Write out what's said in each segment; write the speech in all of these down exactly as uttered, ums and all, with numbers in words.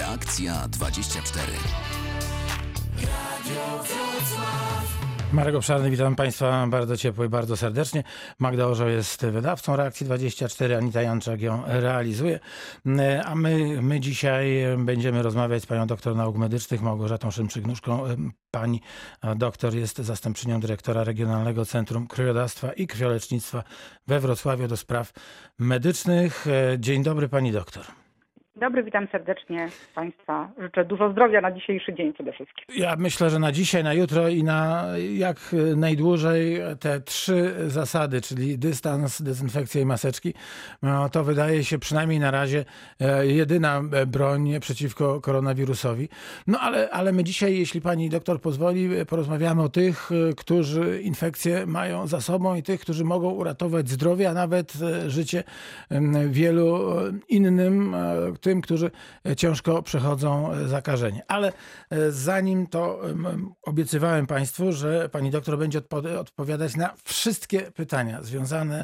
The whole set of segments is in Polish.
Reakcja dwadzieścia cztery. Radio Wrocław. Marek Obszarny, witam Państwa bardzo ciepło i bardzo serdecznie. Magda Orzeł jest wydawcą Reakcji dwadzieścia cztery, Anita Janczak ją realizuje. A my, my dzisiaj będziemy rozmawiać z panią doktor nauk medycznych Małgorzatą Szymczyk-Nóżką. Pani doktor jest zastępczynią dyrektora Regionalnego Centrum Krwiodawstwa i Krwiolecznictwa we Wrocławiu do spraw medycznych. Dzień dobry pani doktor. Dobry, witam serdecznie Państwa. Życzę dużo zdrowia na dzisiejszy dzień przede wszystkim. Ja myślę, że na dzisiaj, na jutro i na jak najdłużej te trzy zasady, czyli dystans, dezynfekcja i maseczki, no, to wydaje się przynajmniej na razie jedyna broń przeciwko koronawirusowi. No ale, ale my dzisiaj, jeśli pani doktor pozwoli, porozmawiamy o tych, którzy infekcję mają za sobą i tych, którzy mogą uratować zdrowie, a nawet życie wielu innym, tym, którzy ciężko przechodzą zakażenie. Ale zanim to obiecywałem Państwu, że pani doktor będzie odpo- odpowiadać na wszystkie pytania związane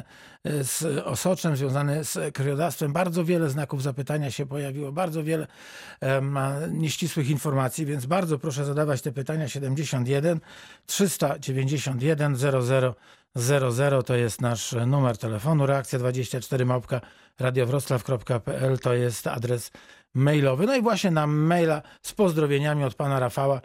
z osoczem, związane z krwiodawstwem. Bardzo wiele znaków zapytania się pojawiło, bardzo wiele um, nieścisłych informacji, więc bardzo proszę zadawać te pytania. Siedemdziesiąt jeden trzysta dziewięćdziesiąt jeden zero zero zero zero to jest nasz numer telefonu. Reakcja dwadzieścia cztery małpka radiowroclaw kropka p l to jest adres mailowy. No i właśnie na maila z pozdrowieniami od pana Rafała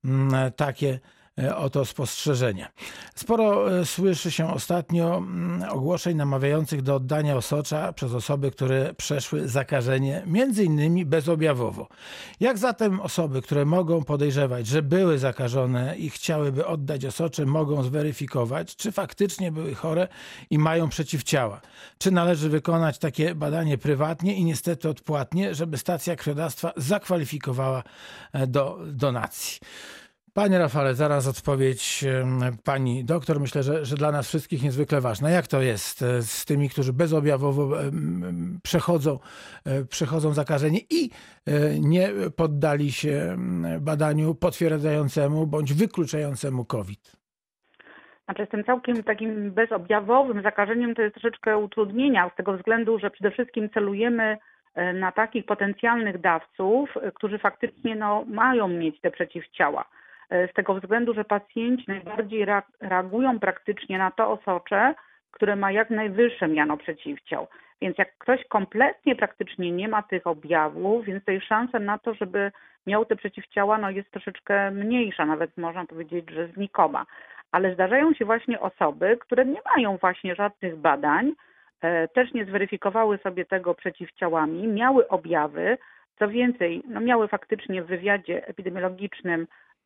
takie oto spostrzeżenie. Sporo słyszy się ostatnio ogłoszeń namawiających do oddania osocza przez osoby, które przeszły zakażenie, między innymi bezobjawowo. Jak zatem osoby, które mogą podejrzewać, że były zakażone i chciałyby oddać osocze, mogą zweryfikować, czy faktycznie były chore i mają przeciwciała? Czy należy wykonać takie badanie prywatnie i niestety odpłatnie, żeby stacja krwiodawstwa zakwalifikowała do donacji? Panie Rafale, zaraz odpowiedź pani doktor. Myślę, że, że dla nas wszystkich niezwykle ważna. Jak to jest z tymi, którzy bezobjawowo przechodzą, przechodzą zakażenie i nie poddali się badaniu potwierdzającemu bądź wykluczającemu COVID? Znaczy z tym całkiem takim bezobjawowym zakażeniem to jest troszeczkę utrudnienia z tego względu, że przede wszystkim celujemy na takich potencjalnych dawców, którzy faktycznie no, mają mieć te przeciwciała. Z tego względu, że pacjenci najbardziej reagują praktycznie na to osocze, które ma jak najwyższe miano przeciwciał. Więc jak ktoś kompletnie praktycznie nie ma tych objawów, więc tej szansa na to, żeby miał te przeciwciała, no jest troszeczkę mniejsza, nawet można powiedzieć, że znikoma. Ale zdarzają się właśnie osoby, które nie mają właśnie żadnych badań, też nie zweryfikowały sobie tego przeciwciałami, miały objawy, co więcej, no miały faktycznie w wywiadzie epidemiologicznym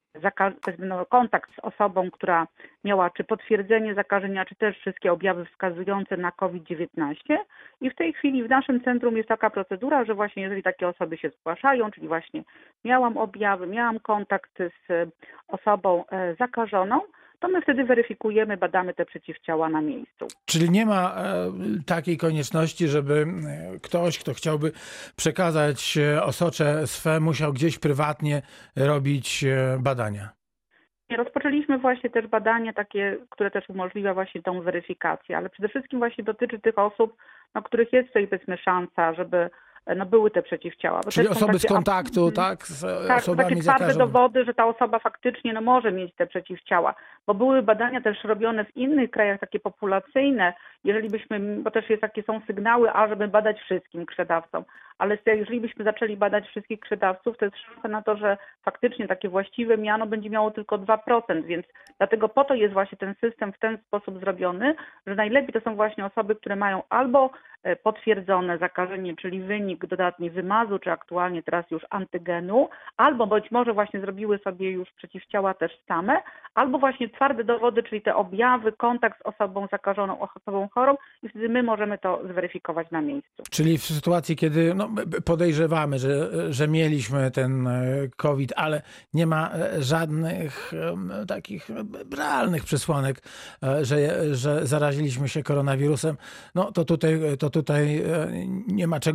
no, kontakt z osobą, która miała czy potwierdzenie zakażenia, czy też wszystkie objawy wskazujące na COVID dziewiętnaście i w tej chwili w naszym centrum jest taka procedura, że właśnie jeżeli takie osoby się zgłaszają, czyli właśnie miałam objawy, miałam kontakt z osobą zakażoną, to my wtedy weryfikujemy, badamy te przeciwciała na miejscu. Czyli nie ma e, takiej konieczności, żeby ktoś, kto chciałby przekazać osocze swe, musiał gdzieś prywatnie robić badania? Rozpoczęliśmy właśnie też badania takie, które też umożliwia właśnie tą weryfikację, ale przede wszystkim właśnie dotyczy tych osób, no, których jest tutaj powiedzmy szansa, żeby no były te przeciwciała. Bo Czyli osoby takie, z kontaktu, tak? Z tak, osobami takie twarde zakażonymi. dowody, że ta osoba faktycznie no, może mieć te przeciwciała. Bo były badania też robione w innych krajach, takie populacyjne, jeżeli byśmy, bo też jest takie są sygnały, a żeby badać wszystkim krwiodawcom. Ale jeżeli byśmy zaczęli badać wszystkich krwiodawców, to jest szansa na to, że faktycznie takie właściwe miano będzie miało tylko dwa procent, więc dlatego po to jest właśnie ten system w ten sposób zrobiony, że najlepiej to są właśnie osoby, które mają albo potwierdzone zakażenie, czyli wynik dodatni wymazu, czy aktualnie teraz już antygenu, albo być może właśnie zrobiły sobie już przeciwciała też same, albo właśnie twarde dowody, czyli te objawy, kontakt z osobą zakażoną, osobą chorą i wtedy my możemy to zweryfikować na miejscu. Czyli w sytuacji, kiedy no, podejrzewamy, że, że mieliśmy ten COVID, ale nie ma żadnych takich realnych przesłanek, że, że zaraziliśmy się koronawirusem, no to tutaj, to tutaj nie ma czego szukać.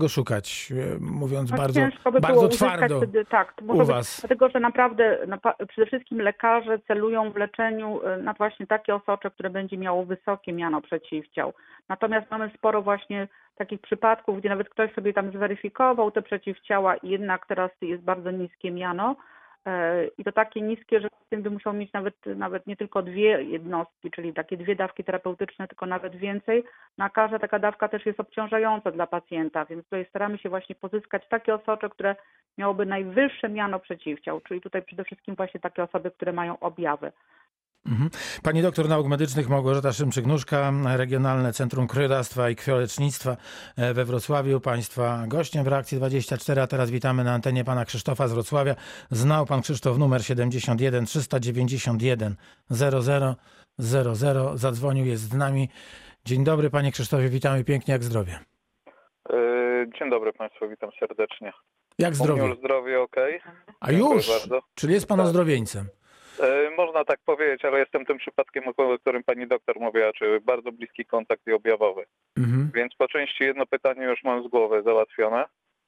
uzyskać, e, mówiąc No bardzo, ciężko by było bardzo uzyskać twardo wtedy, tak, to u może być, was? dlatego że naprawdę no, pa- przede wszystkim lekarze celują w leczeniu y, na właśnie takie osocze, które będzie miało wysokie miano przeciwciał. Natomiast mamy sporo właśnie takich przypadków, gdzie nawet ktoś sobie tam zweryfikował te przeciwciała i jednak teraz jest bardzo niskie miano. e, I to takie niskie, że pacjent by musiał mieć nawet, nawet nie tylko dwie jednostki, czyli takie dwie dawki terapeutyczne, tylko nawet więcej. Na każda taka dawka też jest obciążająca dla pacjenta, więc tutaj staramy się właśnie pozyskać takie osocze, które miałoby najwyższe miano przeciwciał, czyli tutaj przede wszystkim właśnie takie osoby, które mają objawy. Mhm. Pani doktor nauk medycznych Małgorzata Szymczyk-Nóżka, Regionalne Centrum Krwiodawstwa i Krwiolecznictwa e, we Wrocławiu. Państwa gościem w Reakcji dwadzieścia cztery, a teraz witamy na antenie pana Krzysztofa z Wrocławia. Znał pan Krzysztof numer siedemdziesiąt jeden trzysta dziewięćdziesiąt jeden zero zero zero zero. Zadzwonił, jest z nami. Dzień dobry panie Krzysztofie, witamy pięknie, jak zdrowie? Yy, Dzień dobry Państwu, witam serdecznie. Jak U zdrowie? mnie już zdrowie ok. A Dziękuję już? bardzo. Czyli jest pan Tak. ozdrowieńcem? Yy, Można tak powiedzieć, ale jestem tym przypadkiem, o którym Pani doktor mówiła, czy bardzo bliski kontakt i objawowy. Mhm. Więc po części jedno pytanie już mam z głowy załatwione.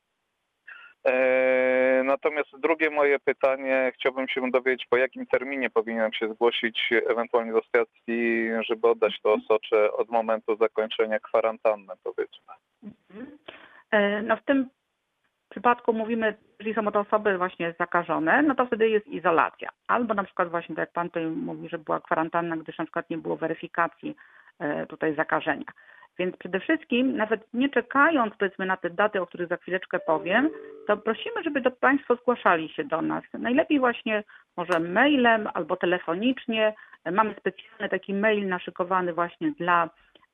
Yy, Natomiast drugie moje pytanie, chciałbym się dowiedzieć, po jakim terminie powinienem się zgłosić ewentualnie do stacji, żeby oddać to osocze od momentu zakończenia kwarantanny, powiedzmy. Mhm. E, No w tym przypadku mówimy, jeżeli są to osoby właśnie zakażone, no to wtedy jest izolacja. Albo na przykład właśnie tak jak pan tutaj mówi, że była kwarantanna, gdyż na przykład nie było weryfikacji e, tutaj zakażenia. Więc przede wszystkim, nawet nie czekając powiedzmy na te daty, o których za chwileczkę powiem, to prosimy, żeby to Państwo zgłaszali się do nas. Najlepiej właśnie może mailem albo telefonicznie. Mamy specjalny taki mail naszykowany właśnie dla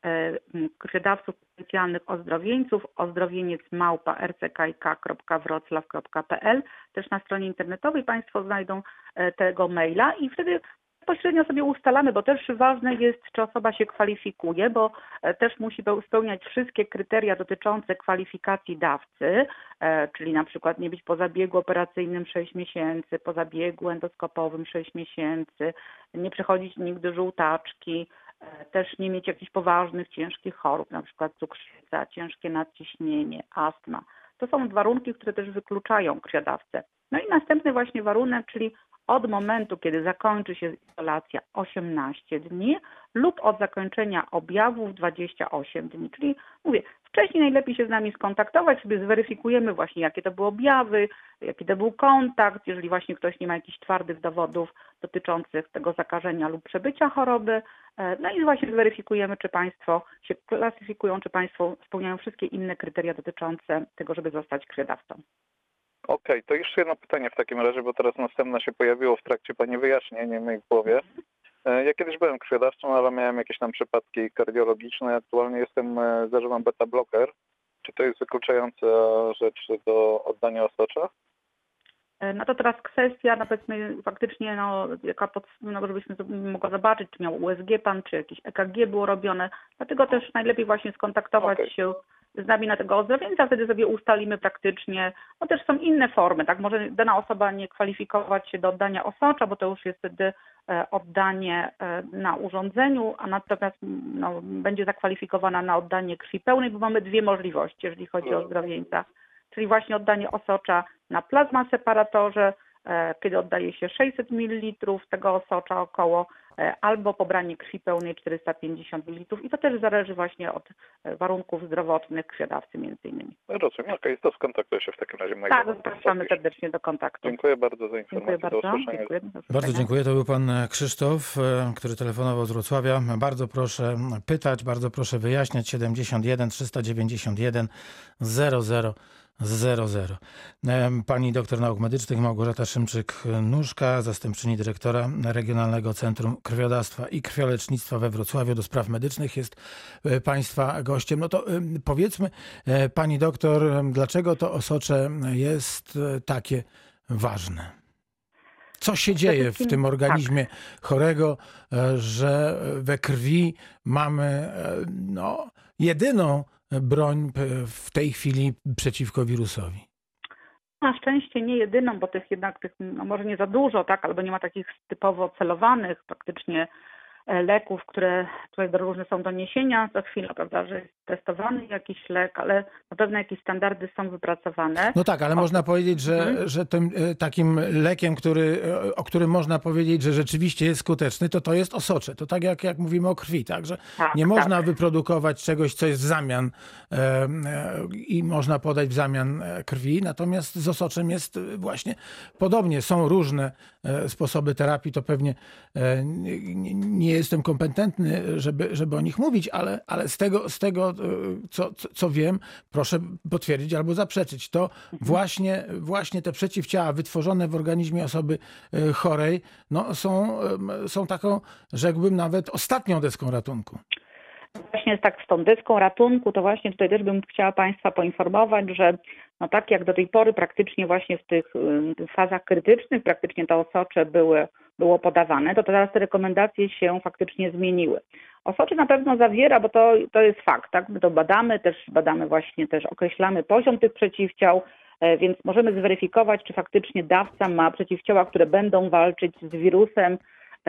krwiodawców potencjalnych ozdrowieńców, ozdrowieniec małpa r c k i k kropka wrocław kropka p l. Też na stronie internetowej Państwo znajdą tego maila i wtedy bezpośrednio sobie ustalamy, bo też ważne jest, czy osoba się kwalifikuje, bo też musi spełniać wszystkie kryteria dotyczące kwalifikacji dawcy, czyli na przykład nie być po zabiegu operacyjnym sześć miesięcy, po zabiegu endoskopowym sześć miesięcy, nie przechodzić nigdy żółtaczki, też nie mieć jakichś poważnych, ciężkich chorób, na przykład cukrzyca, ciężkie nadciśnienie, astma. To są warunki, które też wykluczają krwiodawcę. No i następny właśnie warunek, czyli od momentu, kiedy zakończy się izolacja osiemnaście dni lub od zakończenia objawów dwadzieścia osiem dni. Czyli mówię, wcześniej najlepiej się z nami skontaktować, sobie zweryfikujemy właśnie jakie to były objawy, jaki to był kontakt, jeżeli właśnie ktoś nie ma jakichś twardych dowodów dotyczących tego zakażenia lub przebycia choroby. No i właśnie zweryfikujemy, czy Państwo się klasyfikują, czy Państwo spełniają wszystkie inne kryteria dotyczące tego, żeby zostać krwiodawcą. Okej, to jeszcze jedno pytanie w takim razie, bo teraz następne się pojawiło w trakcie Pani wyjaśnień w mojej głowie. Ja kiedyś byłem krwiodawcą, ale miałem jakieś tam przypadki kardiologiczne. Aktualnie jestem, zażywam beta bloker. Czy to jest wykluczająca rzecz do oddania osocza? No to teraz kwestia, no powiedzmy faktycznie, no, jaka pod, no, żebyśmy mogli zobaczyć, czy miał U S G pan, czy jakieś E K G było robione. Dlatego też najlepiej właśnie skontaktować Okay. się z nami na tego ozdrowieńca, wtedy sobie ustalimy praktycznie, no też są inne formy, tak, może dana osoba nie kwalifikować się do oddania osocza, bo to już jest wtedy oddanie na urządzeniu, a natomiast no, będzie zakwalifikowana na oddanie krwi pełnej, bo mamy dwie możliwości, jeżeli chodzi o ozdrowieńca, czyli właśnie oddanie osocza na plazmaseparatorze, kiedy oddaje się sześćset mililitrów tego osocza około, albo pobranie krwi pełnej czterysta pięćdziesiąt mililitrów i to też zależy właśnie od warunków zdrowotnych krwiodawcy między innymi. Rozumiem, okej, okay, to skontaktuję się w takim razie. Tak, zapraszamy serdecznie do kontaktu. Dziękuję bardzo za informację. Dziękuję bardzo. Do usłyszenia. Dziękuję. Do Bardzo dziękuję. To był pan Krzysztof, który telefonował z Wrocławia. Bardzo proszę pytać, bardzo proszę wyjaśniać. siedemdziesiąt jeden trzysta dziewięćdziesiąt jeden zero zero zero zero. Pani doktor nauk medycznych Małgorzata Szymczyk-Nóżka, zastępczyni dyrektora Regionalnego Centrum Krwiodawstwa i Krwiolecznictwa we Wrocławiu do spraw medycznych jest Państwa gościem. No to powiedzmy, pani doktor, dlaczego to osocze jest takie ważne? Co się dzieje w tym organizmie chorego, że we krwi mamy no, jedyną broń w tej chwili przeciwko wirusowi? Na szczęście nie jedyną, bo tych jednak tych, no może nie za dużo, tak, albo nie ma takich typowo celowanych praktycznie leków, które tutaj różne są doniesienia co chwilę, prawda, że jest testowany jakiś lek, ale na pewno jakieś standardy są wypracowane. No tak, ale O, można powiedzieć, że, mhm. że tym e, takim lekiem, który, e, o którym można powiedzieć, że rzeczywiście jest skuteczny, to to jest osocze. To tak jak, jak mówimy o krwi, tak? Że Tak, nie tak. można wyprodukować czegoś, co jest w zamian e, e, i można podać w zamian e, krwi, natomiast z osoczem jest właśnie podobnie. Są różne e, sposoby terapii, to pewnie e, nie, nie jestem kompetentny, żeby, żeby o nich mówić, ale, ale z tego, z tego co, co, co wiem, proszę potwierdzić albo zaprzeczyć, to właśnie, właśnie te przeciwciała wytworzone w organizmie osoby e, chorej no, są, e, są taką, rzekłbym, nawet ostatnią deską ratunku. Właśnie tak z tą deską ratunku, to właśnie tutaj też bym chciała Państwa poinformować, że no tak jak do tej pory praktycznie właśnie w tych y, fazach krytycznych praktycznie te osocze były, było podawane, to teraz te rekomendacje się faktycznie zmieniły. Osocze na pewno zawiera, bo to, to jest fakt, tak? My to badamy, też badamy właśnie, też określamy poziom tych przeciwciał, e, więc możemy zweryfikować, czy faktycznie dawca ma przeciwciała, które będą walczyć z wirusem,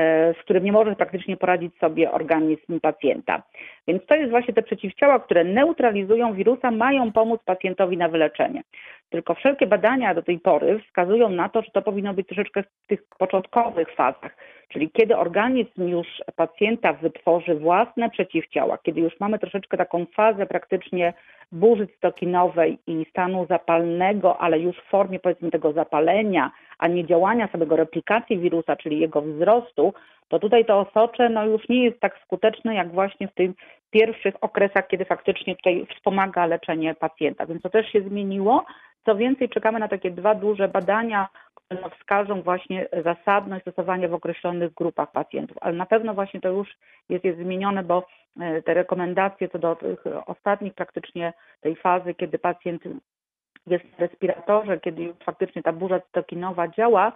z którym nie może praktycznie poradzić sobie organizm pacjenta. Więc to jest właśnie te przeciwciała, które neutralizują wirusa, mają pomóc pacjentowi na wyleczenie. Tylko wszelkie badania do tej pory wskazują na to, że to powinno być troszeczkę w tych początkowych fazach, czyli kiedy organizm już pacjenta wytworzy własne przeciwciała, kiedy już mamy troszeczkę taką fazę praktycznie burzy cytokinowej i stanu zapalnego, ale już w formie powiedzmy tego zapalenia, a nie działania samego replikacji wirusa, czyli jego wzrostu, to tutaj to osocze no już nie jest tak skuteczne jak właśnie w tych pierwszych okresach, kiedy faktycznie tutaj wspomaga leczenie pacjenta. Więc to też się zmieniło. Co więcej, czekamy na takie dwa duże badania, które no wskażą właśnie zasadność stosowania w określonych grupach pacjentów. Ale na pewno właśnie to już jest, jest zmienione, bo te rekomendacje co do tych ostatnich praktycznie tej fazy, kiedy pacjent jest w respiratorze, kiedy już faktycznie ta burza cytokinowa działa,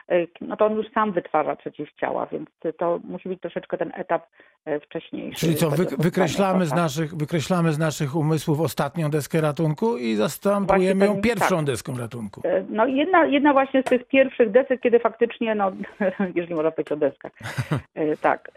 no to on już sam wytwarza przeciwciała, więc to musi być troszeczkę ten etap wcześniejszy. Czyli co, wy, wykreślamy, z naszych, wykreślamy z naszych umysłów ostatnią deskę ratunku i zastępujemy ją pierwszą tak. deską ratunku. No jedna, jedna właśnie z tych pierwszych desek, kiedy faktycznie, no jeżeli można powiedzieć o deskach, tak,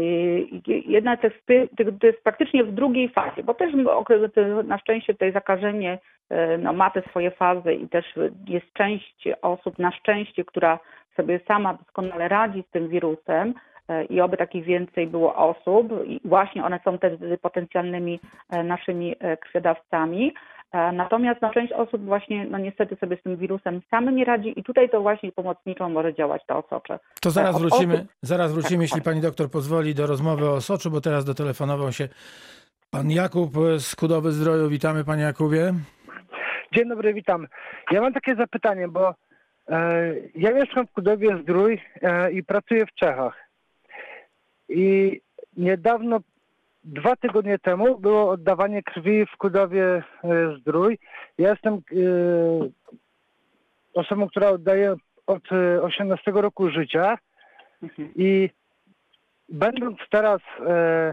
jedna z tych, to jest praktycznie w drugiej fazie, bo też na szczęście tutaj zakażenie no, ma te swoje fazy i też jest część osób, na szczęście, która sobie sama doskonale radzi z tym wirusem i oby takich więcej było osób i właśnie one są też potencjalnymi naszymi krwiodawcami. Natomiast no, część osób właśnie no niestety sobie z tym wirusem same nie radzi i tutaj to właśnie pomocniczo może działać to osocze. To zaraz Od wrócimy, osób... zaraz wrócimy, tak, jeśli tak. pani doktor pozwoli, do rozmowy o osoczu, bo teraz dotelefonował się pan Jakub z Kudowy Zdroju. Witamy, panie Jakubie. Dzień dobry, witam. Ja mam takie zapytanie, bo e, ja mieszkam w Kudowie Zdrój e, i pracuję w Czechach. I niedawno, dwa tygodnie temu, było oddawanie krwi w Kudowie e, Zdrój. Ja jestem e, osobą, która oddaje od osiemnastego roku życia mhm. i będąc teraz e,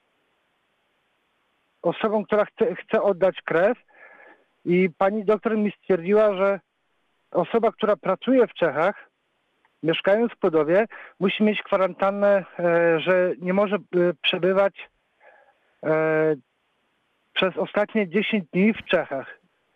osobą, która chce, chce oddać krew, i pani doktor mi stwierdziła, że osoba, która pracuje w Czechach, mieszkając w Kudowie, musi mieć kwarantannę, e, że nie może e, przebywać e, przez ostatnie dziesięć dni w Czechach.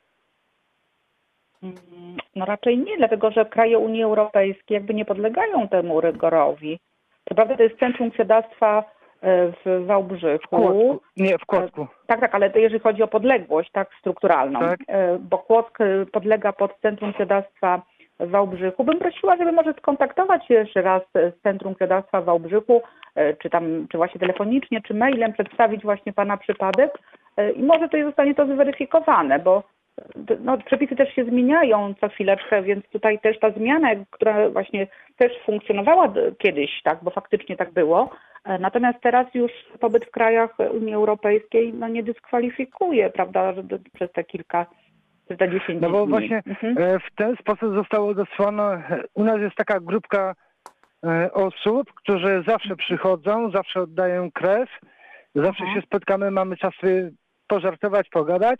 No raczej nie, dlatego że kraje Unii Europejskiej jakby nie podlegają temu rygorowi. Co prawda to jest Centrum Krwiodawstwa w Wałbrzychu. W Kłodzku. Nie, w Kłodzku. Tak, tak, ale to jeżeli chodzi o podległość, tak, strukturalną, tak. Bo Kłodzk podlega pod Centrum Krwiodawstwa w Wałbrzychu. Bym prosiła, żeby może skontaktować się jeszcze raz z Centrum Krwiodawstwa w Wałbrzychu, czy tam, czy właśnie telefonicznie, czy mailem, przedstawić właśnie pana przypadek i może to zostanie to zweryfikowane, bo no, przepisy też się zmieniają co chwileczkę, więc tutaj też ta zmiana, która właśnie też funkcjonowała kiedyś, tak, bo faktycznie tak było, natomiast teraz już pobyt w krajach Unii Europejskiej no, nie dyskwalifikuje, prawda, przez te kilka, przez te dziesięć dni. No bo właśnie mhm. w ten sposób zostało odesłane, u nas jest taka grupka osób, którzy zawsze przychodzą, zawsze oddają krew, zawsze mhm. się spotkamy, mamy czas sobie pożartować, pogadać.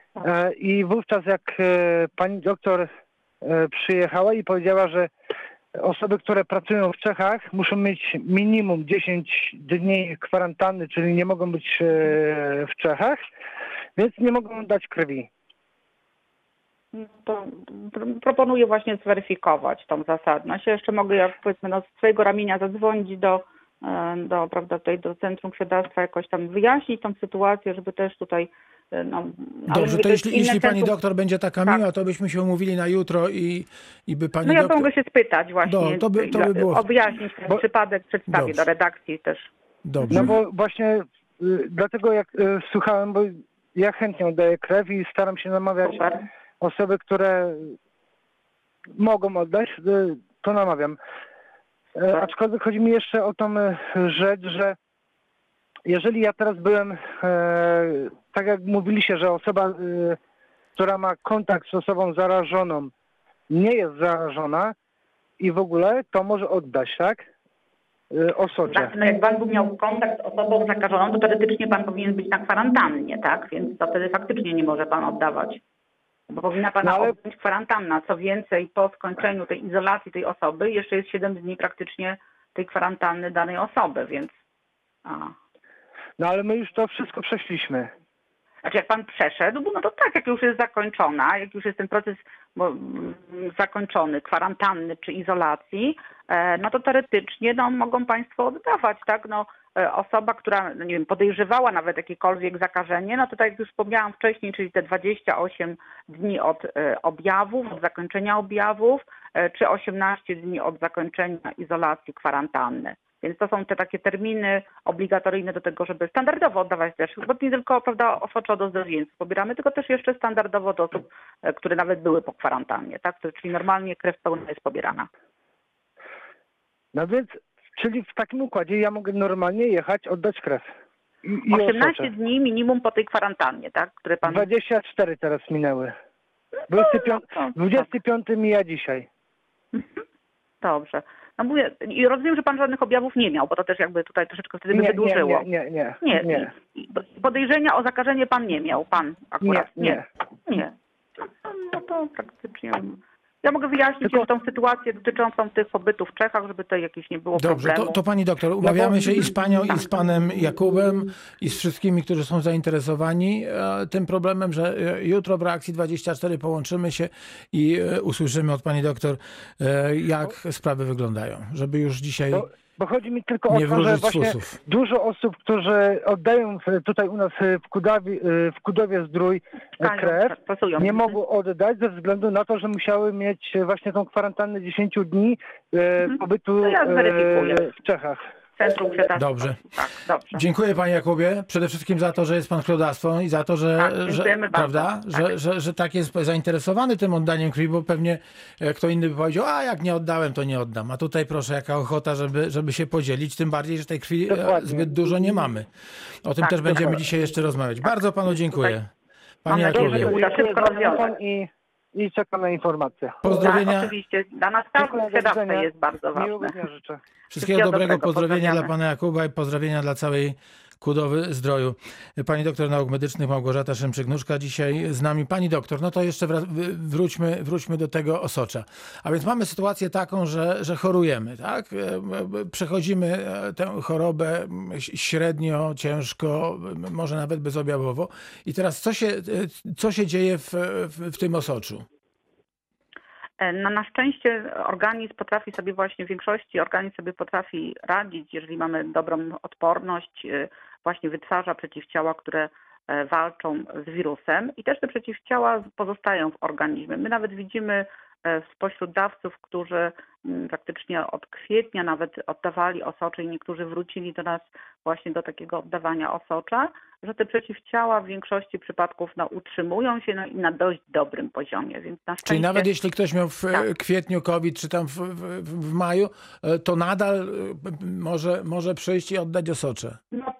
I wówczas jak pani doktor przyjechała i powiedziała, że osoby, które pracują w Czechach, muszą mieć minimum dziesięć dni kwarantanny, czyli nie mogą być e, w Czechach, więc nie mogą dać krwi. To proponuję właśnie zweryfikować tą zasadność. Ja jeszcze mogę, jak powiedzmy, no, z swojego ramienia zadzwonić do, do, prawda, tutaj do Centrum Krwiodawstwa, jakoś tam wyjaśnić tą sytuację, żeby też tutaj... No, Dobrze, to jeśli, jeśli pani centrum... doktor będzie taka tak. miła, to byśmy się umówili na jutro i, i by pani No ja doktor... mogę się spytać właśnie, Do, to by, to by było... o wyjaśnić ten Bo... przypadek, przedstawię Dobrze. do redakcji też. Dobrze. No bo właśnie y, dlatego jak y, słuchałem, bo ja chętnie oddaję krew i staram się namawiać Super. osoby, które mogą oddać, y, to namawiam. E, aczkolwiek chodzi mi jeszcze o tą y, rzecz, że jeżeli ja teraz byłem, e, tak jak mówiliście, że osoba, y, która ma kontakt z osobą zarażoną, nie jest zarażona i w ogóle, to może oddać, tak? Y, osocze. Tak, no jak pan by miał kontakt z osobą zakażoną, to teoretycznie pan powinien być na kwarantannie, tak? Więc to wtedy faktycznie nie może pan oddawać. Bo powinna pana No ale- odbyć kwarantanna. Co więcej, po skończeniu tej izolacji tej osoby jeszcze jest siedem dni praktycznie tej kwarantanny danej osoby, więc... A. No ale my już to wszystko przeszliśmy. Znaczy jak pan przeszedł, no to tak, jak już jest zakończona, jak już jest ten proces bo, mm, zakończony, kwarantanny czy izolacji, e, no to teoretycznie no, mogą państwo oddawać, tak? No, e, osoba, która, no nie wiem, podejrzewała nawet jakiekolwiek zakażenie, no to tak jak już wspomniałam wcześniej, czyli te dwadzieścia osiem dni od e, objawów, od zakończenia objawów, e, czy osiemnaście dni od zakończenia izolacji, kwarantanny. Więc to są te takie terminy obligatoryjne do tego, żeby standardowo oddawać też, bo nie tylko, prawda, osocze od ozdrowieństwa pobieramy, tylko też jeszcze standardowo do osób, e, które nawet były po kwarantannie, tak? Czyli normalnie krew pełna jest pobierana. No więc, czyli w takim układzie ja mogę normalnie jechać, oddać krew. I, i osiemnaście osocze. dni minimum po tej kwarantannie, tak? Które pan... dwadzieścia cztery teraz minęły. dwudziesty piąty, no, no, dwudziesty piąty mija dzisiaj. Dobrze. No mówię, i rozumiem, że pan żadnych objawów nie miał, bo to też jakby tutaj troszeczkę wtedy by Nie, nie, wydłużyło. nie, nie, nie, Nie, nie. i- i podejrzenia o zakażenie pan nie miał, pan akurat. Nie, nie. Nie. nie. No, to, no to praktycznie... Ja mogę wyjaśnić Tylko- jeszcze tą sytuację dotyczącą tych pobytów w Czechach, żeby tutaj jakieś nie było Dobrze, problemu. to, to pani doktor, umawiamy bo- się i z panią, i z panem Jakubem, i z wszystkimi, którzy są zainteresowani e, tym problemem, że e, jutro w reakcji dwadzieścia cztery połączymy się i e, usłyszymy od pani doktor, e, jak sprawy wyglądają, żeby już dzisiaj Bo, bo chodzi mi tylko nie o to, że wróżyć z właśnie fusów. dużo osób, którzy oddają w- tutaj u nas w Kudawi, w Kudowie Zdrój Stają, krew, pracują. nie mogło oddać ze względu na to, że musiały mieć właśnie tą kwarantannę dziesięć dni e, pobytu To ja zweryfikuję. e, w Czechach. Centrum Krwiodawstwa. Dobrze. Tak, dobrze. Dziękuję panie Jakubie, przede wszystkim za to, że jest pan krwiodawcą i za to, że, Tak, że, dziękujemy bardzo. prawda, że, że, że tak jest zainteresowany tym oddaniem krwi, bo pewnie e, kto inny by powiedział, a jak nie oddałem, to nie oddam. A tutaj proszę, jaka ochota, żeby, żeby się podzielić, tym bardziej, że tej krwi e, Dokładnie. zbyt dużo nie mamy. O tym Tak, też będziemy dokładnie. dzisiaj jeszcze rozmawiać. Bardzo panu dziękuję. Panie Mam nadzieję, że Jakubie, uda szybko Dziękuję za rozwiązać. telefon i, i czekam na informacje. pozdrowienia, Tak, oczywiście. Dla nas każdy Dziękuję, do krwiodawca widzenia. jest bardzo Miłego ważny. dnia życzę. wszystkiego wszystkiego dobrego, dobrego, pozdrowienia dla pozdrawiamy. pana Jakuba i pozdrowienia dla całej Kudowy Zdroju. Pani doktor nauk medycznych Małgorzata Szymczyk-Nóżka dzisiaj z nami. Pani doktor, no to jeszcze wrac- wr- wróćmy, wróćmy do tego osocza. A więc mamy sytuację taką, że, że chorujemy, tak? E, e, Przechodzimy e, tę chorobę m, ś- średnio, ciężko, m, może nawet bezobjawowo. I teraz co się, e, co się dzieje w, w, w tym osoczu? No, na szczęście organizm potrafi sobie właśnie, w większości organizm sobie potrafi radzić, jeżeli mamy dobrą odporność, y, właśnie wytwarza przeciwciała, które e, walczą z wirusem i też te przeciwciała pozostają w organizmie. My nawet widzimy e, spośród dawców, którzy mm, praktycznie od kwietnia nawet oddawali osocze i niektórzy wrócili do nas właśnie do takiego oddawania osocza, że te przeciwciała w większości przypadków no, utrzymują się no, i na dość dobrym poziomie. Więc na szczęście... Czyli nawet jeśli ktoś miał w Tak. kwietniu COVID, czy tam w, w, w maju, e, to nadal e, może, może przyjść i oddać osocze. No tutaj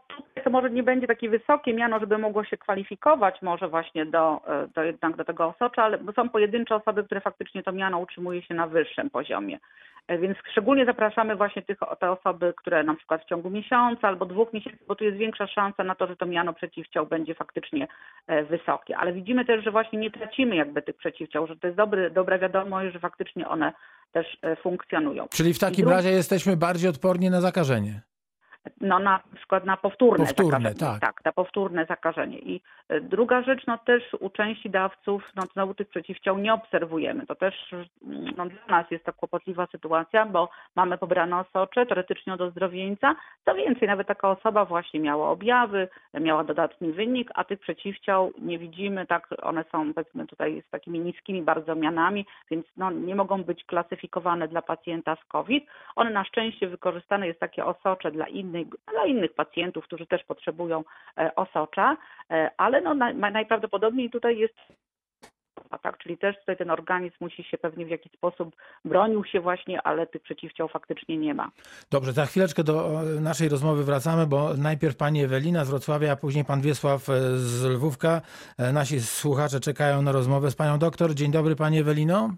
to może nie będzie takie wysokie miano, żeby mogło się kwalifikować może właśnie do, do, jednak do tego osocza, ale są pojedyncze osoby, które faktycznie to miano utrzymuje się na wyższym poziomie. Więc szczególnie zapraszamy właśnie tych, te osoby, które na przykład w ciągu miesiąca albo dwóch miesięcy, bo tu jest większa szansa na to, że to miano przeciwciał będzie faktycznie wysokie. Ale widzimy też, że właśnie nie tracimy jakby tych przeciwciał, że to jest dobry, dobra wiadomość, że faktycznie one też funkcjonują. Czyli w takim dru- razie jesteśmy bardziej odporni na zakażenie. No na przykład na powtórne, Powtórne, zakażenie. tak. Tak, na powtórne zakażenie. I druga rzecz, no też u części dawców, no znowu tych przeciwciał nie obserwujemy. To też no, dla nas jest to kłopotliwa sytuacja, bo mamy pobrane osocze, teoretycznie od ozdrowieńca. Co więcej, nawet taka osoba właśnie miała objawy, miała dodatni wynik, a tych przeciwciał nie widzimy, tak, one są powiedzmy tutaj z takimi niskimi bardzo mianami, więc no, nie mogą być klasyfikowane dla pacjenta z COVID. One na szczęście wykorzystane jest takie osocze dla innych dla innych pacjentów, którzy też potrzebują osocza, ale no najprawdopodobniej tutaj jest, tak, czyli też tutaj ten organizm musi się pewnie w jakiś sposób bronił się właśnie, ale tych przeciwciał faktycznie nie ma. Dobrze, za chwileczkę do naszej rozmowy wracamy, bo najpierw pani Ewelina z Wrocławia, a później pan Wiesław z Lwówka. Nasi słuchacze czekają na rozmowę z panią doktor. Dzień dobry pani Ewelino.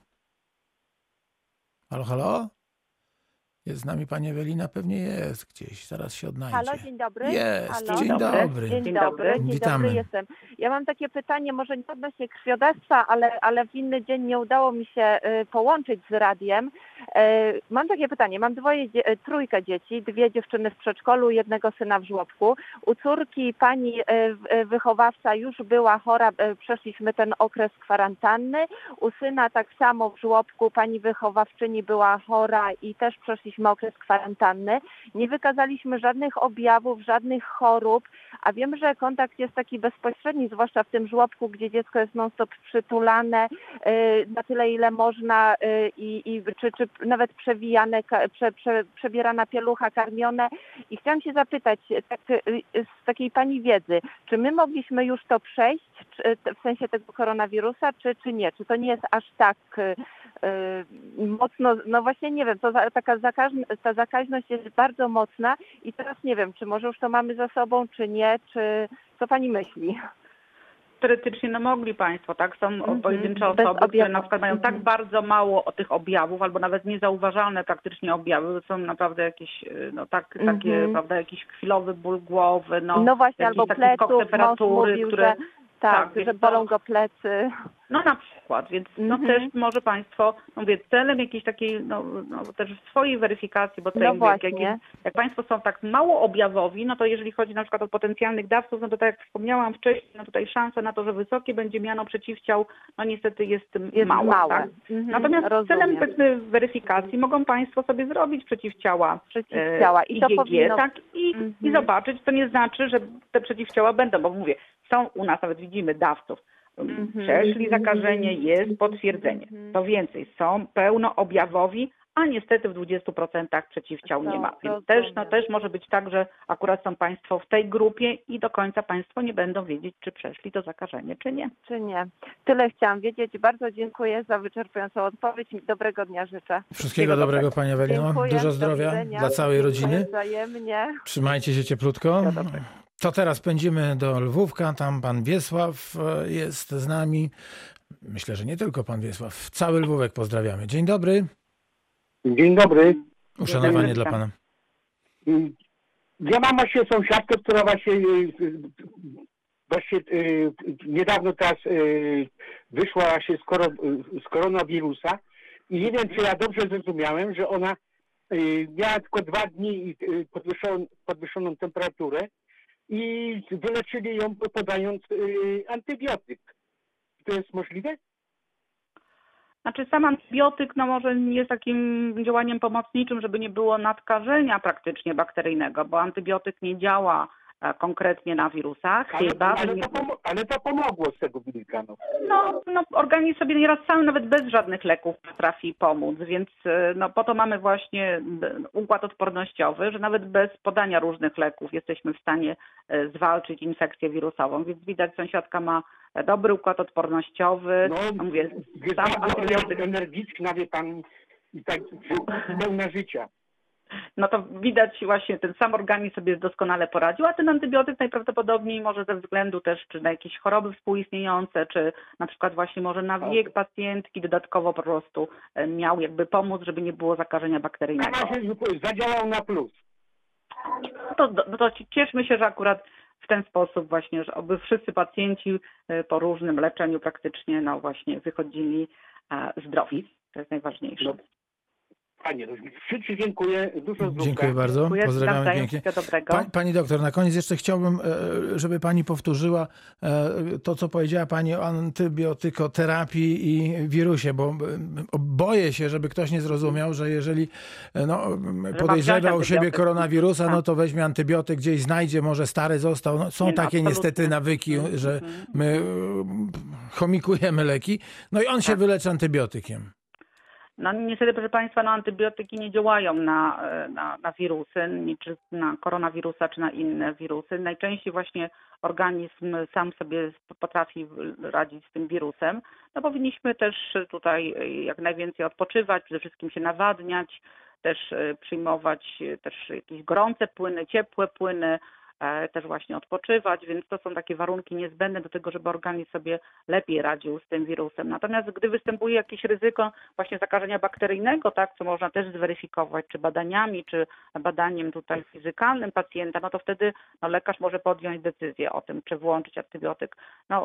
Halo, halo? Jest z nami pani Ewelina? Pewnie jest gdzieś, zaraz się odnajdzie. Halo, dzień dobry. Jest, Halo. dzień dobry. Dzień, Dzień dobry, dobry. dzień Witamy. dobry jestem. Ja mam takie pytanie, może nie odnośnie krwiodawstwa, ale, ale w inny dzień nie udało mi się y, połączyć z radiem. Y, mam takie pytanie, mam dwoje, dzie- trójkę dzieci, dwie dziewczyny w przedszkolu, jednego syna w żłobku. U córki pani y, y, wychowawca już była chora, y, przeszliśmy ten okres kwarantanny. U syna tak samo w żłobku pani wychowawczyni była chora i też przeszliśmy okres kwarantanny. Nie wykazaliśmy żadnych objawów, żadnych chorób, a wiem, że kontakt jest taki bezpośredni, zwłaszcza w tym żłobku, gdzie dziecko jest non-stop przytulane y, na tyle, ile można y, i czy, czy nawet przewijane, prze, prze, przebierana pielucha, karmione. I chciałam się zapytać, tak, y, z takiej pani wiedzy, czy my mogliśmy już to przejść, czy, w sensie tego koronawirusa, czy, czy nie? Czy to nie jest aż tak y, y, mocno, no właśnie nie wiem, to za, taka zakaźność, ta zakaźność jest bardzo mocna i teraz nie wiem, czy może już to mamy za sobą, czy nie, czy co pani myśli? Teoretycznie no mogli Państwo, tak? Są Mhm. pojedyncze Bez osoby, które objawów. na przykład mają tak Mhm. bardzo mało o tych objawów, albo nawet niezauważalne praktycznie objawy, są naprawdę jakieś, no tak, takie, Mhm. prawda, jakiś chwilowy ból głowy, no, No właśnie, jakiś albo taki pleców, skok mąż temperatury, mówił, które... że tak, tak, że więc bolą to- go plecy. No na przykład, więc no Mhm. też może Państwo, no mówię, celem jakiejś takiej, no, no też swojej weryfikacji, bo tutaj No mówię, jak, właśnie. jak, jak Państwo są tak mało objawowi, no to jeżeli chodzi na przykład o potencjalnych dawców, no to tak jak wspomniałam wcześniej, no tutaj szansa na to, że wysokie będzie miano przeciwciał, no niestety jest, Jest mała. małe. Tak? Mhm, Natomiast rozumiem. celem powiedzmy weryfikacji mogą Państwo sobie zrobić przeciwciała, Przeciwciała. I to I G G, powinno- tak, i, Mhm. i zobaczyć, to nie znaczy, że te przeciwciała będą, bo mówię, są u nas, nawet widzimy dawców, Mhm. przeszli zakażenie, jest potwierdzenie. Mhm. To więcej, są pełnoobjawowi, a niestety w dwudziestu procentach przeciwciał nie ma. Więc też, no, też może być tak, że akurat są Państwo w tej grupie i do końca Państwo nie będą wiedzieć, czy przeszli to zakażenie, czy nie. Czy nie? Tyle chciałam wiedzieć. Bardzo dziękuję za wyczerpującą odpowiedź. Dobrego dnia życzę. Wszystkiego dobrego pani Ewelino. Dziękuję. Dużo Do zdrowia widzenia. dla całej Dziękuję rodziny. Wzajemnie. Trzymajcie się cieplutko. To teraz pędzimy do Lwówka. Tam pan Wiesław e, jest z nami. Myślę, że nie tylko pan Wiesław. Cały Lwówek pozdrawiamy. Dzień dobry. Dzień dobry. Uszanowanie dla pana. Ja mam właśnie sąsiadkę, która właśnie, y, właśnie y, niedawno teraz y, wyszła właśnie z, koro, z koronawirusa i nie wiem, czy ja dobrze zrozumiałem, że ona y, miała tylko dwa dni y, podwyższoną, podwyższoną temperaturę i wyleczyli ją podając y, antybiotyk. To jest możliwe? Znaczy sam antybiotyk no może nie jest takim działaniem pomocniczym, żeby nie było nadkażenia praktycznie bakteryjnego, bo antybiotyk nie działa e, konkretnie na wirusach. Ale, Chyba, ale, że nie... to, pomo- ale to pomogło z tego wynika. No. No, no organizm sobie nieraz sam nawet bez żadnych leków potrafi pomóc, więc e, no po to mamy właśnie e, układ odpornościowy, że nawet bez podania różnych leków jesteśmy w stanie e, zwalczyć infekcję wirusową, więc widać sąsiadka ma dobry układ odpornościowy. No, No, mówię, jest sam bardzo antybiotyk. energiczna, wie pan, i tak pełna życia. no to widać właśnie ten sam organizm sobie doskonale poradził, a ten antybiotyk najprawdopodobniej może ze względu też czy na jakieś choroby współistniejące, czy na przykład właśnie może na wiek pacjentki dodatkowo po prostu miał jakby pomóc, żeby nie było zakażenia bakteryjnego. Zadziałał na plus. No to, no to cieszmy się, że akurat w ten sposób właśnie, że oby wszyscy pacjenci po różnym leczeniu praktycznie no właśnie wychodzili zdrowi. To jest najważniejsze. No. Panie, ślicznie dziękuję. Dużo zdrówka. Dziękuję bardzo. Dziękuję, Pozdrawiamy nawzajem, pięknie. wszystkiego dobrego. Pa, pani doktor, na koniec jeszcze chciałbym, e, żeby pani powtórzyła e, to, co powiedziała pani o antybiotykoterapii i wirusie, bo e, boję się, żeby ktoś nie zrozumiał, że jeżeli e, no, podejrzewa u siebie antybiotyk. koronawirusa, Tak. no to weźmie antybiotyk, gdzieś znajdzie, może stary został. No, są Nie, no, takie absolutnie. niestety nawyki, że Mhm. my e, chomikujemy leki, no i on się Tak. wyleczy antybiotykiem. No niestety, proszę Państwa, no, antybiotyki nie działają na, na, na wirusy, nie, czy na koronawirusa, czy na inne wirusy. Najczęściej właśnie organizm sam sobie potrafi radzić z tym wirusem. No powinniśmy też tutaj jak najwięcej odpoczywać, przede wszystkim się nawadniać, też przyjmować też jakieś gorące płyny, ciepłe płyny, też właśnie odpoczywać, więc to są takie warunki niezbędne do tego, żeby organizm sobie lepiej radził z tym wirusem. Natomiast gdy występuje jakieś ryzyko właśnie zakażenia bakteryjnego, tak, co można też zweryfikować, czy badaniami, czy badaniem tutaj fizykalnym pacjenta, no to wtedy no, lekarz może podjąć decyzję o tym, czy włączyć antybiotyk. No,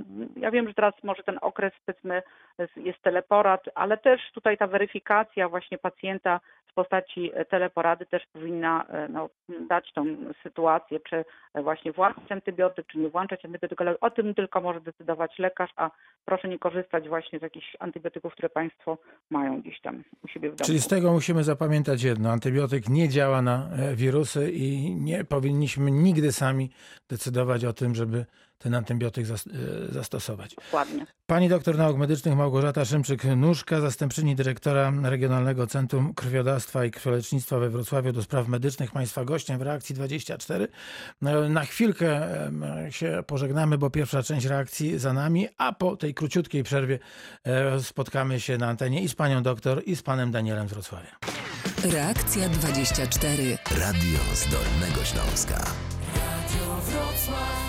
ja wiem, że teraz może ten okres, powiedzmy, jest teleporad, ale też tutaj ta weryfikacja właśnie pacjenta w postaci teleporady też powinna no, dać tą sytuację, czy właśnie włączać antybiotyk, czy nie włączać antybiotyku, ale o tym tylko może decydować lekarz, a proszę nie korzystać właśnie z jakichś antybiotyków, które Państwo mają gdzieś tam u siebie w domu. Czyli z tego musimy zapamiętać jedno. Antybiotyk nie działa na e, wirusy i nie powinniśmy nigdy sami decydować o tym, żeby ten antybiotyk zas- e, zastosować. Dokładnie. Pani doktor nauk medycznych Małgorzata Szymczyk-Nóżka, zastępczyni dyrektora Regionalnego Centrum Krwiodawstwa i Krwiolecznictwa we Wrocławiu do spraw medycznych, Państwa gościem w Reakcji dwadzieścia cztery. Na chwilkę e, się pożegnamy, bo pierwsza część reakcji za nami, a po tej króciutkiej przerwie e, spotkamy się na antenie i z panią doktor, i z panem Danielem z Wrocławia. Reakcja dwadzieścia cztery. Radio z Dolnego Śląska. Radio Wrocław.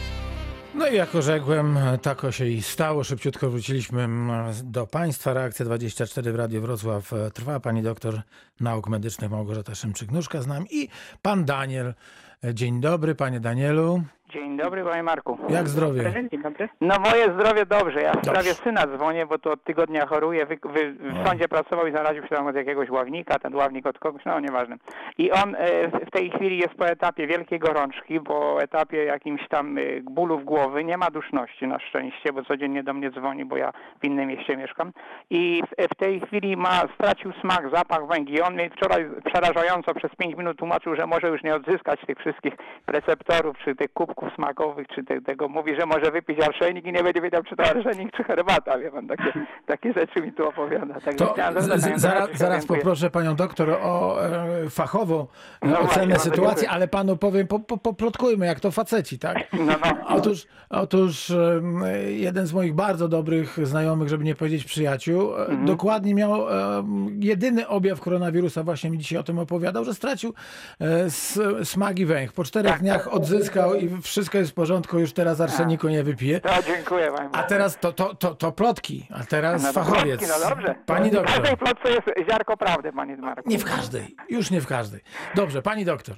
No i jak rzekłem, tako się i stało. Szybciutko wróciliśmy do Państwa. Reakcja dwadzieścia cztery w Radiu Wrocław trwa. Pani doktor nauk medycznych Małgorzata Szymczyk-Nóżka z nami i pan Daniel. Dzień dobry, panie Danielu. Dzień dobry, panie Marku. Jak zdrowie? Dzień dobry. No moje zdrowie dobrze. Ja w Dobrze. sprawie syna dzwonię, bo to od tygodnia choruje. Wy, wy, w sądzie pracował i zaraził się tam od jakiegoś ławnika, ten ławnik od kogoś, no nieważne. I on e, w tej chwili jest po etapie wielkiej gorączki, po etapie jakimś tam e, bólów głowy. Nie ma duszności na szczęście, bo codziennie do mnie dzwoni, bo ja w innym mieście mieszkam. I w, w tej chwili ma, stracił smak, zapach, węgi. I on mnie wczoraj przerażająco przez pięć minut tłumaczył, że może już nie odzyskać tych wszystkich receptorów, czy tych kubków smakowych, czy te, tego. Mówi, że może wypić arszenik i nie będzie wiedział, czy to arszenik, czy herbata. Wie pan, takie, takie rzeczy mi tu opowiada. Tak To z, z, zaraz, zaraz poproszę panią doktor o e, fachową e, No ocenę właśnie, sytuacji, dziękuję. ale panu powiem, po, po, poplotkujmy, jak to faceci, tak? No, no. Otóż, otóż e, jeden z moich bardzo dobrych znajomych, żeby nie powiedzieć przyjaciół, e, Mhm. dokładnie miał e, jedyny objaw koronawirusa, właśnie mi dzisiaj o tym opowiadał, że stracił e, s, smak i węch. Po czterech Tak, dniach tak. odzyskał i wszystko jest w porządku, już teraz arszeniku nie wypije. To dziękuję panie. A teraz to, to, to, to plotki, a teraz No, fachowiec. plotki, no dobrze. Pani W doktor. każdej plotce jest ziarko prawdy, panie Marku. Nie w każdej, już nie w każdej. Dobrze, pani doktor.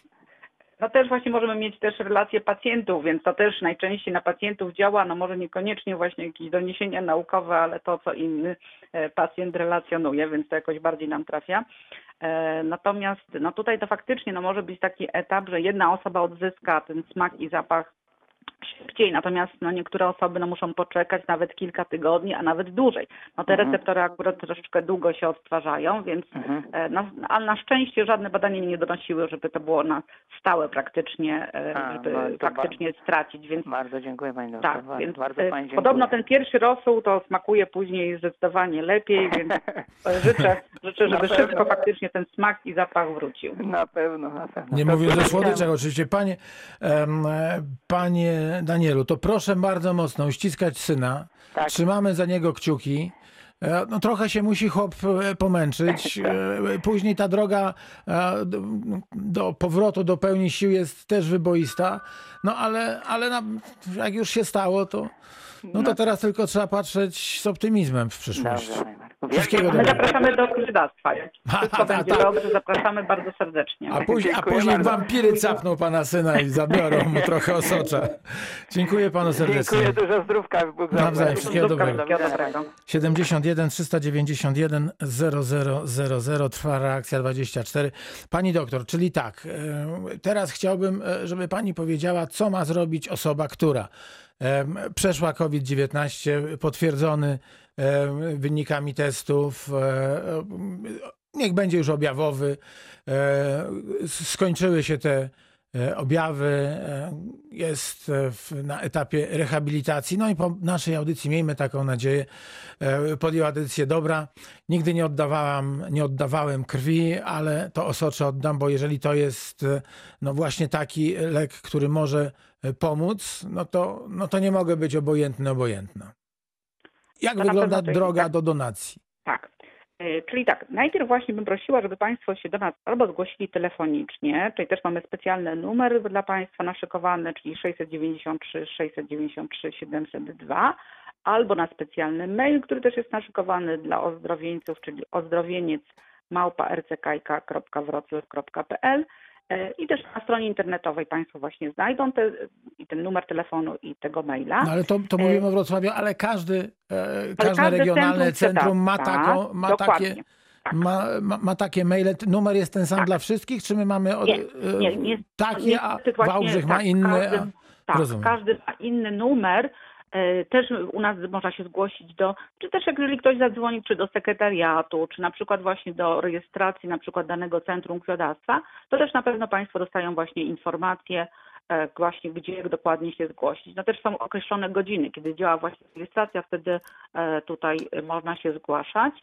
No też właśnie możemy mieć też relacje pacjentów, więc to też najczęściej na pacjentów działa, no może niekoniecznie właśnie jakieś doniesienia naukowe, ale to, co inny e, pacjent relacjonuje, więc to jakoś bardziej nam trafia. E, Natomiast no tutaj to faktycznie no może być taki etap, że jedna osoba odzyska ten smak i zapach szybciej, natomiast no, niektóre osoby no, muszą poczekać nawet kilka tygodni, a nawet dłużej. No te Mhm. receptory akurat troszeczkę długo się odtwarzają, więc Mhm. e, na, ale na szczęście żadne badania nie donosiły, żeby to było na stałe praktycznie, e, A, żeby no to faktycznie stracić, więc Bardzo dziękuję pani doktor. tak, bardzo, więc bardzo e, pani dziękuję. podobno ten pierwszy rosół to smakuje później zdecydowanie lepiej, więc e, życzę, życzę, Na żeby pewno. szybko faktycznie ten smak i zapach wrócił. Na pewno, na pewno. Nie To mówiąc o chciałem- słodyczach oczywiście. Panie, em, e, panie Danielu, to proszę bardzo mocno uściskać syna. Tak. Trzymamy za niego kciuki. no trochę się musi chłop pomęczyć. Później ta droga do, do powrotu do pełni sił jest też wyboista. No ale, ale na, jak już się stało, to, no to teraz tylko trzeba patrzeć z optymizmem w przyszłość. Wszystkiego My zapraszamy do krwiodawstwa. Jak wszystko będzie tak. dobrze, zapraszamy bardzo serdecznie. A później, a później wampiry capną pana syna i zabiorą mu trochę osocza. Dziękuję panu serdecznie. Dziękuję, dużo zdrówka. Bóg Nawzajem, wszystkiego dobrego. Wszystkiego dobrego. siedemdziesiąt jeden trzysta dziewięćdziesiąt jeden zero zero zero zero trwa reakcja dwadzieścia cztery. Pani doktor, czyli tak, teraz chciałbym, żeby pani powiedziała, co ma zrobić osoba, która przeszła COVID dziewiętnaście, potwierdzony wynikami testów, niech będzie już objawowy, skończyły się te objawy, jest w, na etapie rehabilitacji. No i po naszej audycji, miejmy taką nadzieję, podjęła decyzję: dobra, nigdy nie oddawałam, nie oddawałem krwi, ale to osocze oddam, bo jeżeli to jest no właśnie taki lek, który może pomóc, no to, no to nie mogę być obojętny, obojętna. Jak To wygląda na pewno droga tak. do donacji? Tak. Czyli tak, najpierw właśnie bym prosiła, żeby Państwo się do nas albo zgłosili telefonicznie, czyli też mamy specjalny numer dla Państwa naszykowany, czyli sześćset dziewięćdziesiąt trzy sześćset dziewięćdziesiąt trzy siedemset dwa, albo na specjalny mail, który też jest naszykowany dla ozdrowieńców, czyli ozdrowieniec małpa r c k i k kropka wrocław kropka p l. I też na stronie internetowej Państwo właśnie znajdą te, i ten numer telefonu i tego maila. No ale to, to mówimy o Wrocławiu, ale każdy, e, każde każde regionalne centrum centrum ma, krwiodawstwa, taką, ma, dokładnie. takie, ma, ma, ma takie maile. Numer jest ten sam Tak. dla wszystkich, czy my mamy od, Nie, nie, nie, takie, a niestety właśnie Wałbrzych tak, ma inny? Każdy, A, tak, rozumiem. każdy ma inny numer. Też u nas można się zgłosić do, czy też jeżeli ktoś zadzwoni, czy do sekretariatu, czy na przykład właśnie do rejestracji na przykład danego centrum krwiodawstwa, to też na pewno Państwo dostają właśnie informacje właśnie gdzie, jak dokładnie się zgłosić. No też są określone godziny, kiedy działa właśnie rejestracja, wtedy tutaj można się zgłaszać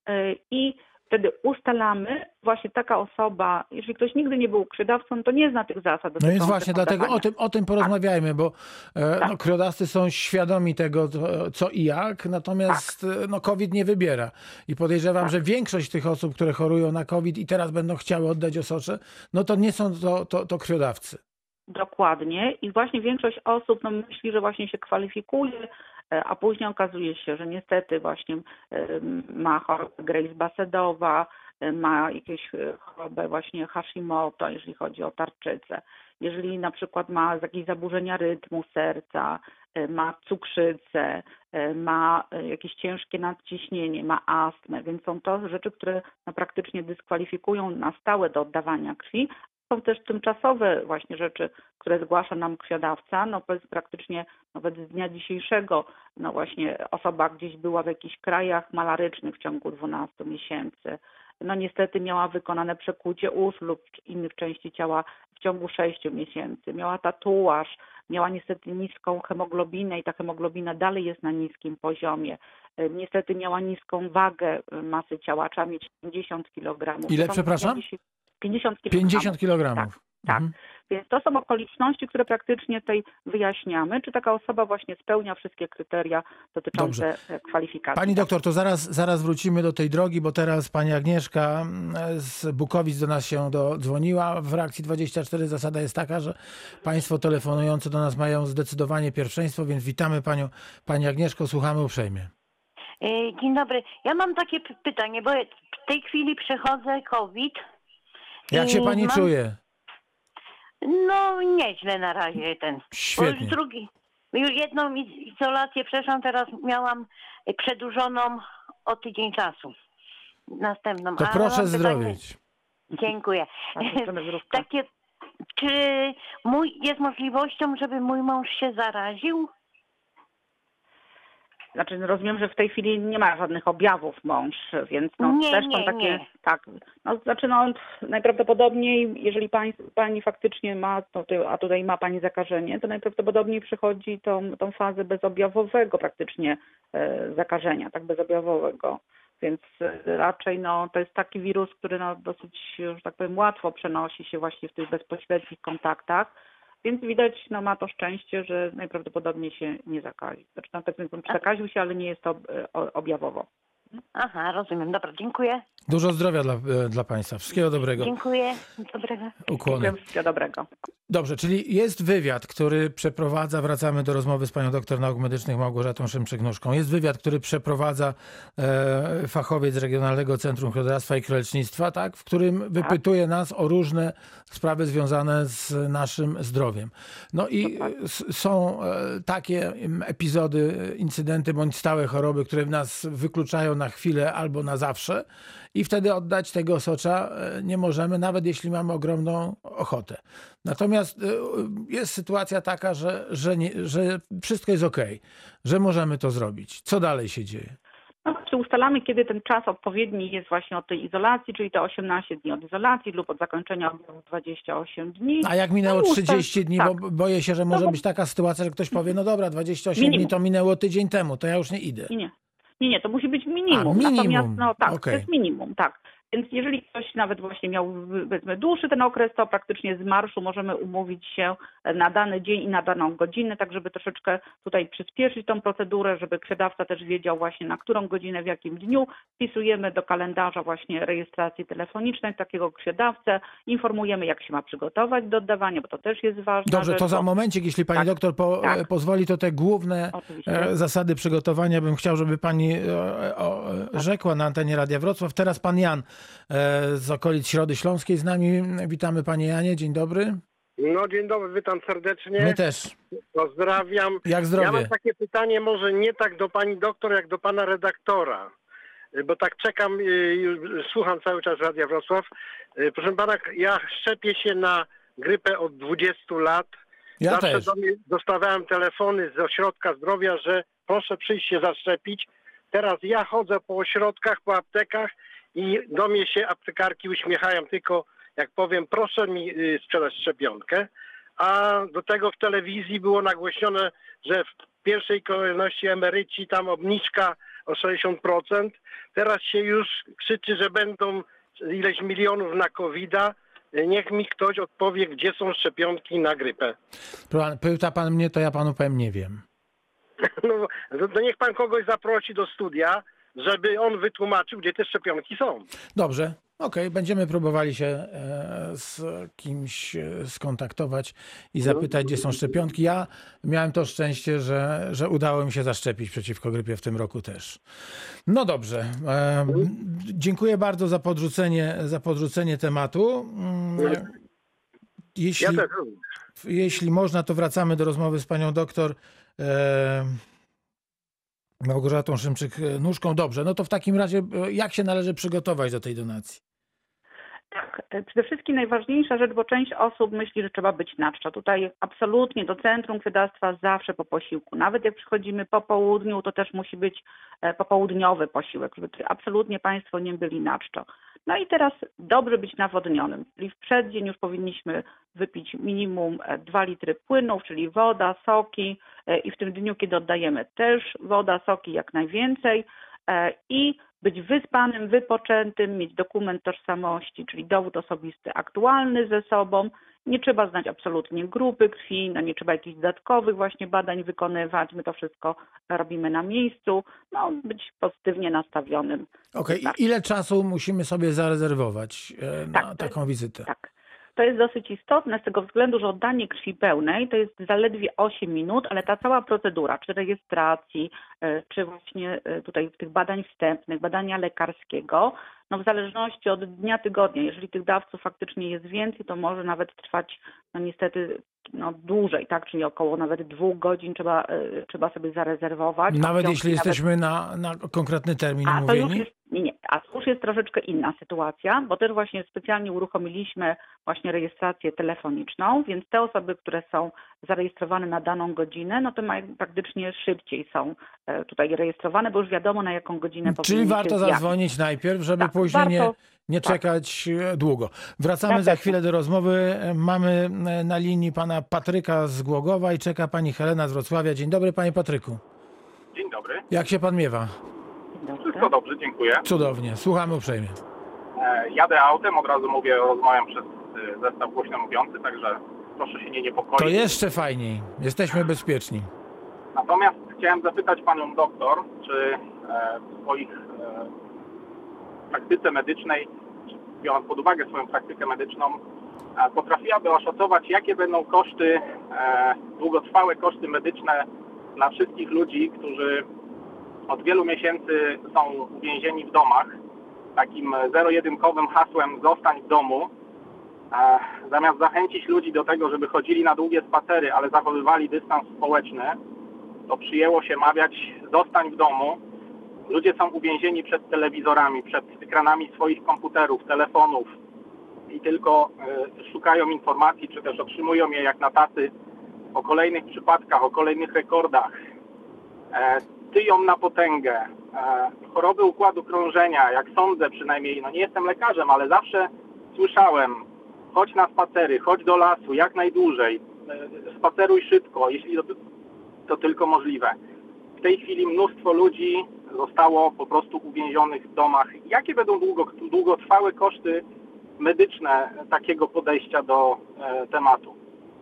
i wtedy ustalamy, właśnie taka osoba, jeżeli ktoś nigdy nie był krwiodawcą, to nie zna tych zasad. No więc właśnie dlatego o tym, o tym porozmawiajmy, bo tak. no, krwiodawcy są świadomi tego, co i jak, natomiast tak. no, COVID nie wybiera. I podejrzewam, tak. że większość tych osób, które chorują na COVID i teraz będą chciały oddać osocze, no to nie są to, to, to krwiodawcy. Dokładnie. I właśnie większość osób no, myśli, że właśnie się kwalifikuje, a później okazuje się, że niestety właśnie ma chorobę Graves-Basedowa, ma jakieś chorobę właśnie Hashimoto, jeżeli chodzi o tarczycę. Jeżeli na przykład ma jakieś zaburzenia rytmu serca, ma cukrzycę, ma jakieś ciężkie nadciśnienie, ma astmę, więc są to rzeczy, które no, praktycznie dyskwalifikują na stałe do oddawania krwi. Są też tymczasowe właśnie rzeczy, które zgłasza nam krwiodawca. No praktycznie nawet z dnia dzisiejszego, no właśnie osoba gdzieś była w jakichś krajach malarycznych w ciągu dwunastu miesięcy. No niestety miała wykonane przekłucie ust lub innych części ciała w ciągu sześciu miesięcy. Miała tatuaż, miała niestety niską hemoglobinę i ta hemoglobina dalej jest na niskim poziomie. Niestety miała niską wagę masy ciała, trzeba mieć pięćdziesiąt kilogramów. Ile, przepraszam? pięćdziesiąt kilogramów. pięćdziesiąt kilogramów. Tak, tak. Mhm. Więc to są okoliczności, które praktycznie tutaj wyjaśniamy, czy taka osoba właśnie spełnia wszystkie kryteria dotyczące Dobrze. kwalifikacji. Pani doktor, to zaraz, zaraz wrócimy do tej drogi, bo teraz pani Agnieszka z Bukowic do nas się dodzwoniła. W reakcji dwadzieścia cztery zasada jest taka, że państwo telefonujące do nas mają zdecydowanie pierwszeństwo, więc witamy panią, pani Agnieszko, słuchamy uprzejmie. Dzień dobry. Ja mam takie pytanie, bo w tej chwili przechodzę COVID. Jak się pani mam... czuje? No nieźle na razie ten. Świetnie. Bo już drugi, już jedną izolację przeszłam, teraz miałam przedłużoną o tydzień czasu. Następną. To A proszę zdrowieć. Pytanie... Dziękuję. Takie, czy mój, jest możliwością, żeby mój mąż się zaraził? Znaczy rozumiem, że w tej chwili nie ma żadnych objawów mąż, więc no nie, też nie, są takie, nie. tak, no znaczy no najprawdopodobniej, jeżeli pani, pani faktycznie ma, to, a tutaj ma pani zakażenie, to najprawdopodobniej przychodzi tą, tą fazę bezobjawowego praktycznie e, zakażenia, tak bezobjawowego, więc raczej no to jest taki wirus, który no dosyć, że tak powiem, łatwo przenosi się właśnie w tych bezpośrednich kontaktach. Więc widać, no ma to szczęście, że najprawdopodobniej się nie zakazi. Znaczy, no, tak zakaził się, ale nie jest to objawowo. Aha, rozumiem. Dobra, dziękuję. Dużo zdrowia dla, dla Państwa. Wszystkiego dobrego. Dziękuję. Dobrego. Ukłony. Wszystkiego dobrego. Dobrze, czyli jest wywiad, który przeprowadza, wracamy do rozmowy z panią doktor nauk medycznych Małgorzatą Szymczyk-Nuszką. Jest wywiad, który przeprowadza e, fachowiec Regionalnego Centrum Krwiodawstwa i Krwiolecznictwa, tak, w którym wypytuje nas o różne sprawy związane z naszym zdrowiem. No i s- są e, takie epizody, incydenty bądź stałe choroby, które nas wykluczają na chwilę albo na zawsze i wtedy oddać tego osocza e, nie możemy, nawet jeśli mamy ogromną ochotę. Natomiast jest sytuacja taka, że, że, nie, że wszystko jest okej, że możemy to zrobić. Co dalej się dzieje? No właśnie ustalamy, kiedy ten czas odpowiedni jest właśnie od tej izolacji, czyli te osiemnaście dni od izolacji lub od zakończenia objawów dwadzieścia osiem dni. A jak minęło no, trzydzieści dni, tak. bo boję się, że może no, być taka sytuacja, że ktoś powie, no dobra, dwadzieścia osiem minimum. dni to minęło tydzień temu, to ja już nie idę. Nie, nie, nie, to musi być minimum. A, minimum. Natomiast no tak, Okay. to jest minimum, tak. Więc jeżeli ktoś nawet właśnie miał, powiedzmy, dłuższy ten okres, to praktycznie z marszu możemy umówić się na dany dzień i na daną godzinę, tak żeby troszeczkę tutaj przyspieszyć tą procedurę, żeby krwiodawca też wiedział właśnie na którą godzinę, w jakim dniu. Wpisujemy do kalendarza właśnie rejestracji telefonicznej takiego krwiodawcę, informujemy, jak się ma przygotować do oddawania, bo to też jest ważne. Dobrze, to za momencik, jeśli pani tak, doktor po, tak. pozwoli, to te główne Oczywiście. zasady przygotowania bym chciał, żeby pani o, rzekła na antenie Radia Wrocław. Teraz pan Jan z okolic Środy Śląskiej z nami. Witamy panie Janie, dzień dobry. No dzień dobry, witam serdecznie. My też. Pozdrawiam. Jak zdrowie? Ja mam takie pytanie może nie tak do pani doktor, jak do pana redaktora. Bo tak czekam, słucham cały czas Radia Wrocław. Proszę pana, ja szczepię się na grypę od dwudziestu lat. Ja Zawsze też. do mnie dostawałem telefony z ośrodka zdrowia, że proszę przyjść się zaszczepić. Teraz ja chodzę po ośrodkach, po aptekach i do mnie się aptekarki uśmiechają, tylko jak powiem, proszę mi sprzedać szczepionkę. A do tego w telewizji było nagłośnione, że w pierwszej kolejności emeryci tam obniżka o sześćdziesiąt procent. Teraz się już krzyczy, że będą ileś milionów na kowida. Niech mi ktoś odpowie, gdzie są szczepionki na grypę. Pyta pan mnie, to ja panu powiem, nie wiem. No, to niech pan kogoś zaprosi do studia, żeby on wytłumaczył, gdzie te szczepionki są. Dobrze, okej, okay. Będziemy próbowali się e, z kimś e, skontaktować i zapytać, gdzie są szczepionki. Ja miałem to szczęście, że, że udało mi się zaszczepić przeciwko grypie w tym roku też. No dobrze, e, dziękuję bardzo za podrzucenie, za podrzucenie tematu. Jeśli, ja też. jeśli można, to wracamy do rozmowy z panią doktor e, Małgorzatą Szymczyk-Nuszką. Dobrze, no to w takim razie jak się należy przygotować do tej donacji? Tak, przede wszystkim najważniejsza rzecz, bo część osób myśli, że trzeba być na czczo. Tutaj absolutnie do Centrum Krwiodawstwa zawsze po posiłku. Nawet jak przychodzimy po południu, to też musi być popołudniowy posiłek, żeby tutaj absolutnie Państwo nie byli na czczo. No i teraz dobrze być nawodnionym, czyli w przeddzień już powinniśmy wypić minimum dwa litry płynów, czyli woda, soki i w tym dniu, kiedy oddajemy też woda, soki jak najwięcej i być wyspanym, wypoczętym, mieć dokument tożsamości, czyli dowód osobisty aktualny ze sobą. Nie trzeba znać absolutnie grupy krwi, no nie trzeba jakichś dodatkowych właśnie badań wykonywać. My to wszystko robimy na miejscu. No, być pozytywnie nastawionym. Okej, okay. I ile czasu musimy sobie zarezerwować na tak, taką wizytę? Tak. To jest dosyć istotne z tego względu, że oddanie krwi pełnej to jest zaledwie osiem minut, ale ta cała procedura, czy rejestracji, czy właśnie tutaj tych badań wstępnych, badania lekarskiego, no w zależności od dnia tygodnia, jeżeli tych dawców faktycznie jest więcej, to może nawet trwać no niestety no, dłużej, tak, czyli około nawet dwóch godzin trzeba, trzeba sobie zarezerwować. Nawet jeśli nawet... jesteśmy na, na konkretny termin A, umówieni? To już jest, nie, nie, a to już jest troszeczkę inna sytuacja, bo też właśnie specjalnie uruchomiliśmy właśnie rejestrację telefoniczną, więc te osoby, które są zarejestrowane na daną godzinę, no to mają, praktycznie szybciej są tutaj rejestrowane, bo już wiadomo, na jaką godzinę powinny Czyli warto się zadzwonić najpierw, żeby tak, później warto, nie, nie czekać tak. długo. Wracamy tak, za chwilę do rozmowy. Mamy na linii pana Patryka z Głogowa i czeka pani Helena z Wrocławia. Dzień dobry, panie Patryku. Dzień dobry. Jak się pan miewa? Wszystko dobrze, dziękuję. Cudownie, słuchamy uprzejmie. E, jadę autem, od razu mówię, rozmawiam przez zestaw głośno mówiący, także proszę się nie niepokoić. To jeszcze fajniej, jesteśmy bezpieczni. Natomiast chciałem zapytać panią doktor, czy e, w swoich e, w praktyce medycznej, biorąc pod uwagę swoją praktykę medyczną, potrafiłaby oszacować, jakie będą koszty, długotrwałe koszty medyczne dla wszystkich ludzi, którzy od wielu miesięcy są uwięzieni w domach. Takim zero-jedynkowym hasłem "zostań w domu", zamiast zachęcić ludzi do tego, żeby chodzili na długie spacery, ale zachowywali dystans społeczny, to przyjęło się mawiać "zostań w domu". Ludzie są uwięzieni przed telewizorami, przed ekranami swoich komputerów, telefonów i tylko szukają informacji, czy też otrzymują je jak na tacy o kolejnych przypadkach, o kolejnych rekordach. Tyją na potęgę. Choroby układu krążenia, jak sądzę przynajmniej, no nie jestem lekarzem, ale zawsze słyszałem: chodź na spacery, chodź do lasu jak najdłużej, spaceruj szybko, jeśli to, to tylko możliwe. W tej chwili mnóstwo ludzi zostało po prostu uwięzionych w domach. Jakie będą długo, długotrwałe koszty medyczne takiego podejścia do e, tematu?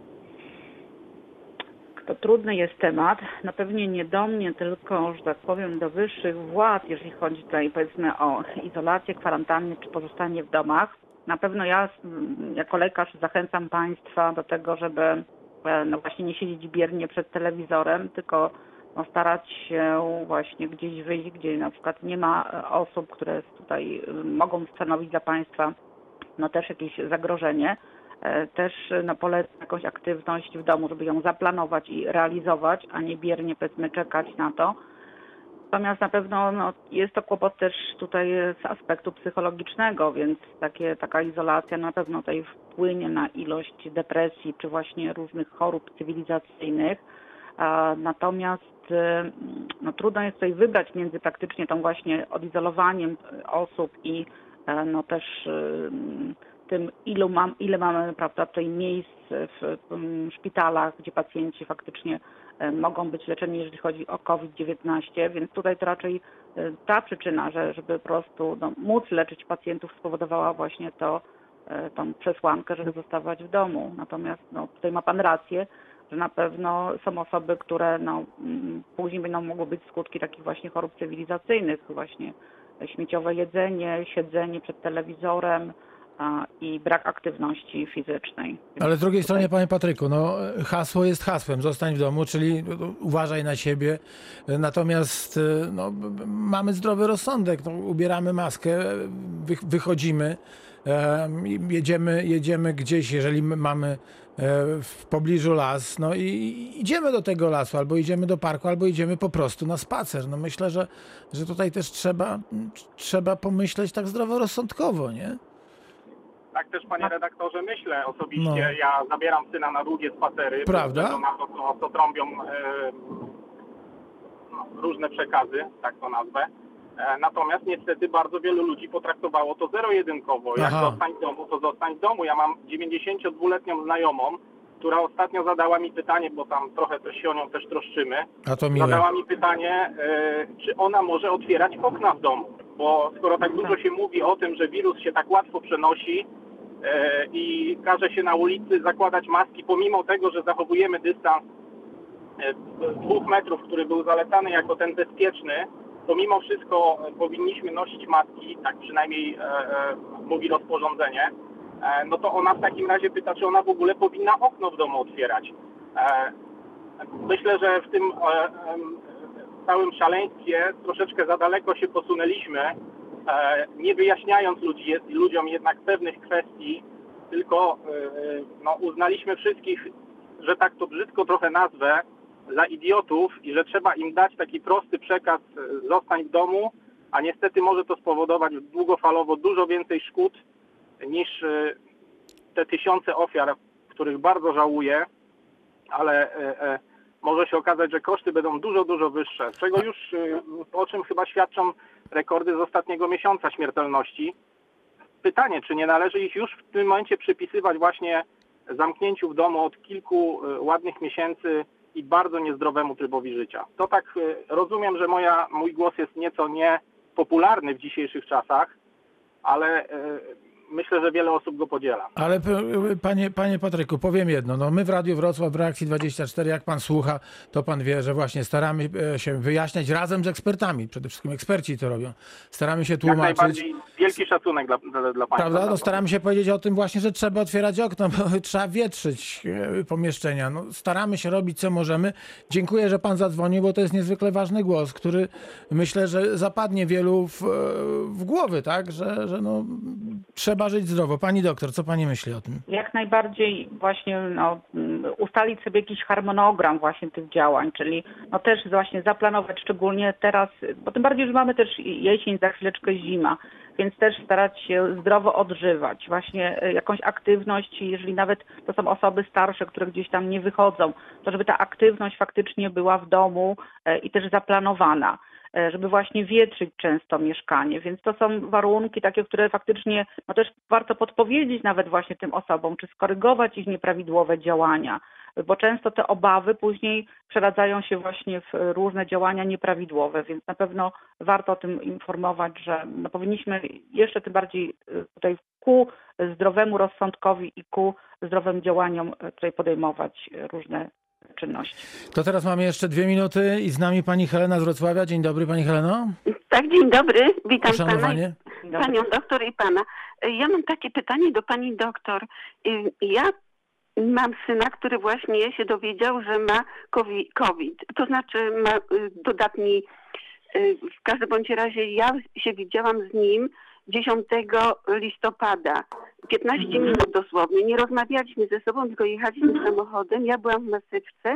To trudny jest temat, no pewnie nie do mnie, tylko, że tak powiem, do wyższych władz, jeżeli chodzi tutaj, powiedzmy, o izolację, kwarantannę czy pozostanie w domach. Na pewno ja jako lekarz zachęcam Państwa do tego, żeby no właśnie nie siedzieć biernie przed telewizorem, tylko no starać się właśnie gdzieś wyjść, gdzie na przykład nie ma osób, które tutaj mogą stanowić dla Państwa no też jakieś zagrożenie. Też no, polecam jakąś aktywność w domu, żeby ją zaplanować i realizować, a nie biernie, powiedzmy, czekać na to. Natomiast na pewno no, jest to kłopot też tutaj z aspektu psychologicznego, więc takie, taka izolacja na pewno tutaj wpłynie na ilość depresji czy właśnie różnych chorób cywilizacyjnych. Natomiast no, trudno jest tutaj wybrać między praktycznie tą właśnie odizolowaniem osób i no też tym, ilu mam, ile mamy, prawda, tutaj miejsc w, w szpitalach, gdzie pacjenci faktycznie mogą być leczeni, jeżeli chodzi o COVID dziewiętnaście, więc tutaj to raczej ta przyczyna, że, żeby po prostu no, móc leczyć pacjentów, spowodowała właśnie to, tą przesłankę, żeby zostawać w domu. Natomiast no, tutaj ma Pan rację, że na pewno są osoby, które no, później będą mogły być skutki takich właśnie chorób cywilizacyjnych, właśnie śmieciowe jedzenie, siedzenie przed telewizorem i brak aktywności fizycznej. Ale z drugiej strony, Panie Patryku, no hasło jest hasłem, zostań w domu, czyli uważaj na siebie. Natomiast no, mamy zdrowy rozsądek, no, ubieramy maskę, wy, wychodzimy, e, jedziemy, jedziemy gdzieś, jeżeli mamy w pobliżu las, no i idziemy do tego lasu, albo idziemy do parku, albo idziemy po prostu na spacer. No myślę, że, że tutaj też trzeba, trzeba pomyśleć tak zdroworozsądkowo, nie? Tak też, panie redaktorze, myślę osobiście. No. Ja zabieram syna na długie spacery. Prawda? Na to, co, co trąbią e, no, różne przekazy, tak to nazwę. E, natomiast niestety bardzo wielu ludzi potraktowało to zero-jedynkowo. Jak Aha. zostań w domu, to zostań w domu. Ja mam dziewięćdziesięciodwuletnią znajomą, która ostatnio zadała mi pytanie, bo tam trochę się o nią też troszczymy. A to miłe. Zadała mi pytanie, e, czy ona może otwierać okna w domu. Bo skoro tak dużo się mówi o tym, że wirus się tak łatwo przenosi e, i każe się na ulicy zakładać maski, pomimo tego, że zachowujemy dystans e, dwóch metrów, który był zalecany jako ten bezpieczny, to mimo wszystko powinniśmy nosić maski, tak przynajmniej e, e, mówi rozporządzenie, e, no to ona w takim razie pyta, czy ona w ogóle powinna okno w domu otwierać. E, myślę, że w tym e, e, całym szaleństwie troszeczkę za daleko się posunęliśmy, e, nie wyjaśniając ludzi, ludziom jednak pewnych kwestii, tylko e, no, uznaliśmy wszystkich, że tak to brzydko trochę nazwę, za idiotów i że trzeba im dać taki prosty przekaz: zostań w domu, a niestety może to spowodować długofalowo dużo więcej szkód niż e, te tysiące ofiar, których bardzo żałuję, ale e, e, może się okazać, że koszty będą dużo, dużo wyższe, czego już, o czym chyba świadczą rekordy z ostatniego miesiąca śmiertelności. Pytanie, czy nie należy ich już w tym momencie przypisywać właśnie zamknięciu w domu od kilku ładnych miesięcy i bardzo niezdrowemu trybowi życia. To tak, rozumiem, że moja, mój głos jest nieco niepopularny w dzisiejszych czasach, ale myślę, że wiele osób go podziela. Ale panie, panie Patryku, powiem jedno. No my w Radiu Wrocław, w Reakcji dwadzieścia cztery, jak pan słucha, to pan wie, że właśnie staramy się wyjaśniać razem z ekspertami. Przede wszystkim eksperci to robią. Staramy się Jak tłumaczyć. najbardziej wielki szacunek dla, dla, dla państwa. Prawda? No, staramy się powiedzieć o tym właśnie, że trzeba otwierać okno, bo trzeba wietrzyć pomieszczenia. No, staramy się robić, co możemy. Dziękuję, że pan zadzwonił, bo to jest niezwykle ważny głos, który myślę, że zapadnie wielu w, w głowy, tak? Że, że no, trzeba żyć zdrowo. Pani doktor, co pani myśli o tym? Jak najbardziej właśnie no, ustalić sobie jakiś harmonogram właśnie tych działań, czyli no też właśnie zaplanować szczególnie teraz, bo tym bardziej, że mamy też jesień, za chwileczkę zima, więc też starać się zdrowo odżywać, właśnie jakąś aktywność, jeżeli nawet to są osoby starsze, które gdzieś tam nie wychodzą, to żeby ta aktywność faktycznie była w domu i też zaplanowana, żeby właśnie wietrzyć często mieszkanie, więc to są warunki takie, które faktycznie no też warto podpowiedzieć nawet właśnie tym osobom, czy skorygować ich nieprawidłowe działania, bo często te obawy później przeradzają się właśnie w różne działania nieprawidłowe, więc na pewno warto o tym informować, że no powinniśmy jeszcze tym bardziej tutaj ku zdrowemu rozsądkowi i ku zdrowym działaniom tutaj podejmować różne czynności. To teraz mamy jeszcze dwie minuty i z nami pani Helena z Wrocławia. Dzień dobry, pani Heleno. Tak, dzień dobry. Witam pana, panią doktor i pana. Ja mam takie pytanie do pani doktor. Ja mam syna, który właśnie się dowiedział, że ma COVID. To znaczy ma dodatni, w każdym bądź razie ja się widziałam z nim dziesiątego listopada. piętnaście minut dosłownie. Nie rozmawialiśmy ze sobą, tylko jechaliśmy samochodem. Ja byłam w maseczce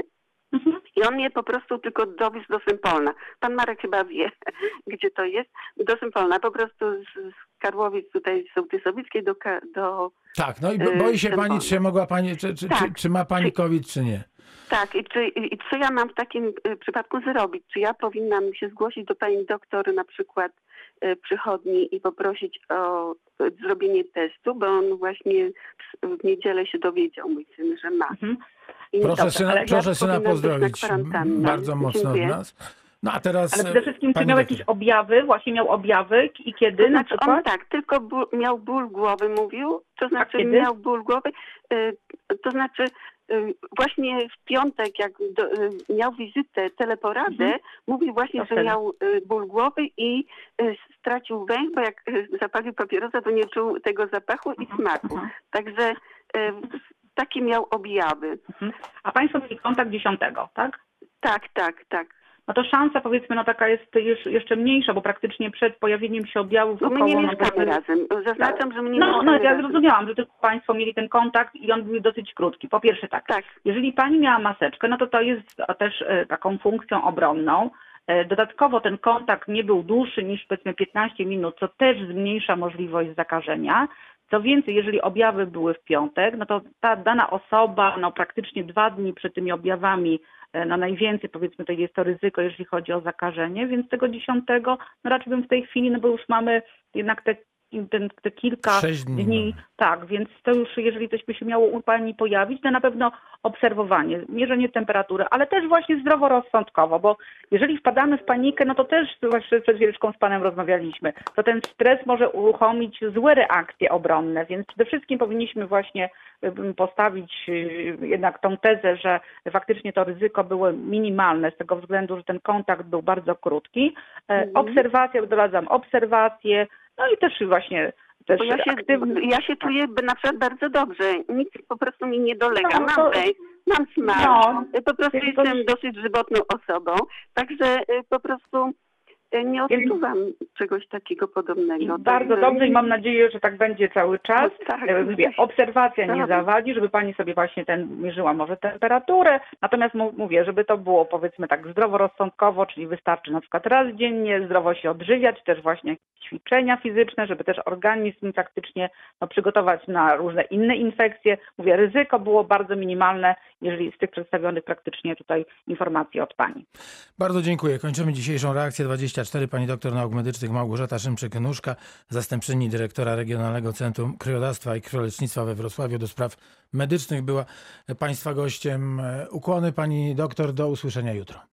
i on mnie po prostu tylko dowiózł do Sępolna. Pan Marek chyba wie, gdzie to jest. Do Sępolna. Po prostu z, z Karłowic tutaj z Sołtysowickiej do, do Tak, no i boi się pani, czy mogła pani, czy, czy, tak. czy, czy ma pani COVID, czy nie? Tak, i, czy, i co ja mam w takim przypadku zrobić? Czy ja powinnam się zgłosić do pani doktor na przykład przychodni i poprosić o zrobienie testu, bo on właśnie w niedzielę się dowiedział, mój syn, że ma. Mhm. Proszę syna, proszę ja syna pozdrowić bardzo mocno Dziękuję. Od nas. No a teraz. Ale przede wszystkim, czy miał jakieś objawy, właśnie miał objawy i kiedy to znaczy na przykład? On tak, tylko ból, miał ból głowy, mówił, to znaczy miał ból głowy, y, to znaczy y, właśnie w piątek, jak do, y, miał wizytę, teleporadę, mhm. mówił właśnie, to że wtedy. miał y, ból głowy i y, stracił węch, bo jak y, zapalił papierosa, to nie czuł tego zapachu i mhm. smaku. Mhm. Także y, takie miał objawy. Mhm. A państwo mieli kontakt dziesiątego, tak? Tak, tak, tak. No to szansa, powiedzmy, no taka jest jeszcze mniejsza, bo praktycznie przed pojawieniem się objawów no my około... nie mieszkamy no, razem. Zaznaczam, że my nie No, mieszkamy no ja razem. zrozumiałam, że tylko państwo mieli ten kontakt i on był dosyć krótki. Po pierwsze tak, tak. jeżeli pani miała maseczkę, no to to jest też taką funkcją obronną. Dodatkowo ten kontakt nie był dłuższy niż powiedzmy piętnaście minut, co też zmniejsza możliwość zakażenia. Co więcej, jeżeli objawy były w piątek, no to ta dana osoba no praktycznie dwa dni przed tymi objawami no najwięcej, powiedzmy, to jest to ryzyko, jeżeli chodzi o zakażenie, więc tego dziesiątego, no raczej bym w tej chwili, no bo już mamy jednak te, te, te kilka dni. dni, tak, więc to już, jeżeli coś by się miało u pani pojawić, to na pewno obserwowanie, mierzenie temperatury, ale też właśnie zdroworozsądkowo, bo jeżeli wpadamy w panikę, no to też właśnie przed chwileczką z panem rozmawialiśmy, to ten stres może uruchomić złe reakcje obronne, więc przede wszystkim powinniśmy właśnie postawić jednak tą tezę, że faktycznie to ryzyko było minimalne z tego względu, że ten kontakt był bardzo krótki. Mhm. Obserwacja, doradzam obserwację, no i też właśnie też Bo ja się, aktywny... ja się czuję na przykład bardzo dobrze, nic po prostu mi nie dolega, no, mam to... węch, mam smak, no, po prostu to... jestem dosyć żywotną osobą, także po prostu nie odczuwam czegoś takiego podobnego. Bardzo także... dobrze i mam nadzieję, że tak będzie cały czas. No, tak, Obserwacja tak. nie zawadzi, żeby pani sobie właśnie ten mierzyła może temperaturę. Natomiast mówię, żeby to było powiedzmy tak zdroworozsądkowo, czyli wystarczy na przykład raz dziennie zdrowo się odżywiać, też właśnie ćwiczenia fizyczne, żeby też organizm faktycznie no, przygotować na różne inne infekcje. Mówię, ryzyko było bardzo minimalne, jeżeli z tych przedstawionych praktycznie tutaj informacji od pani. Bardzo dziękuję. Kończymy dzisiejszą reakcję dwadzieścia cztery. Pani doktor nauk medycznych Małgorzata Szymczyk-Nóżka, zastępczyni dyrektora Regionalnego Centrum Krwiodawstwa i Krwiolecznictwa we Wrocławiu do spraw medycznych była państwa gościem. Ukłony pani doktor, do usłyszenia jutro.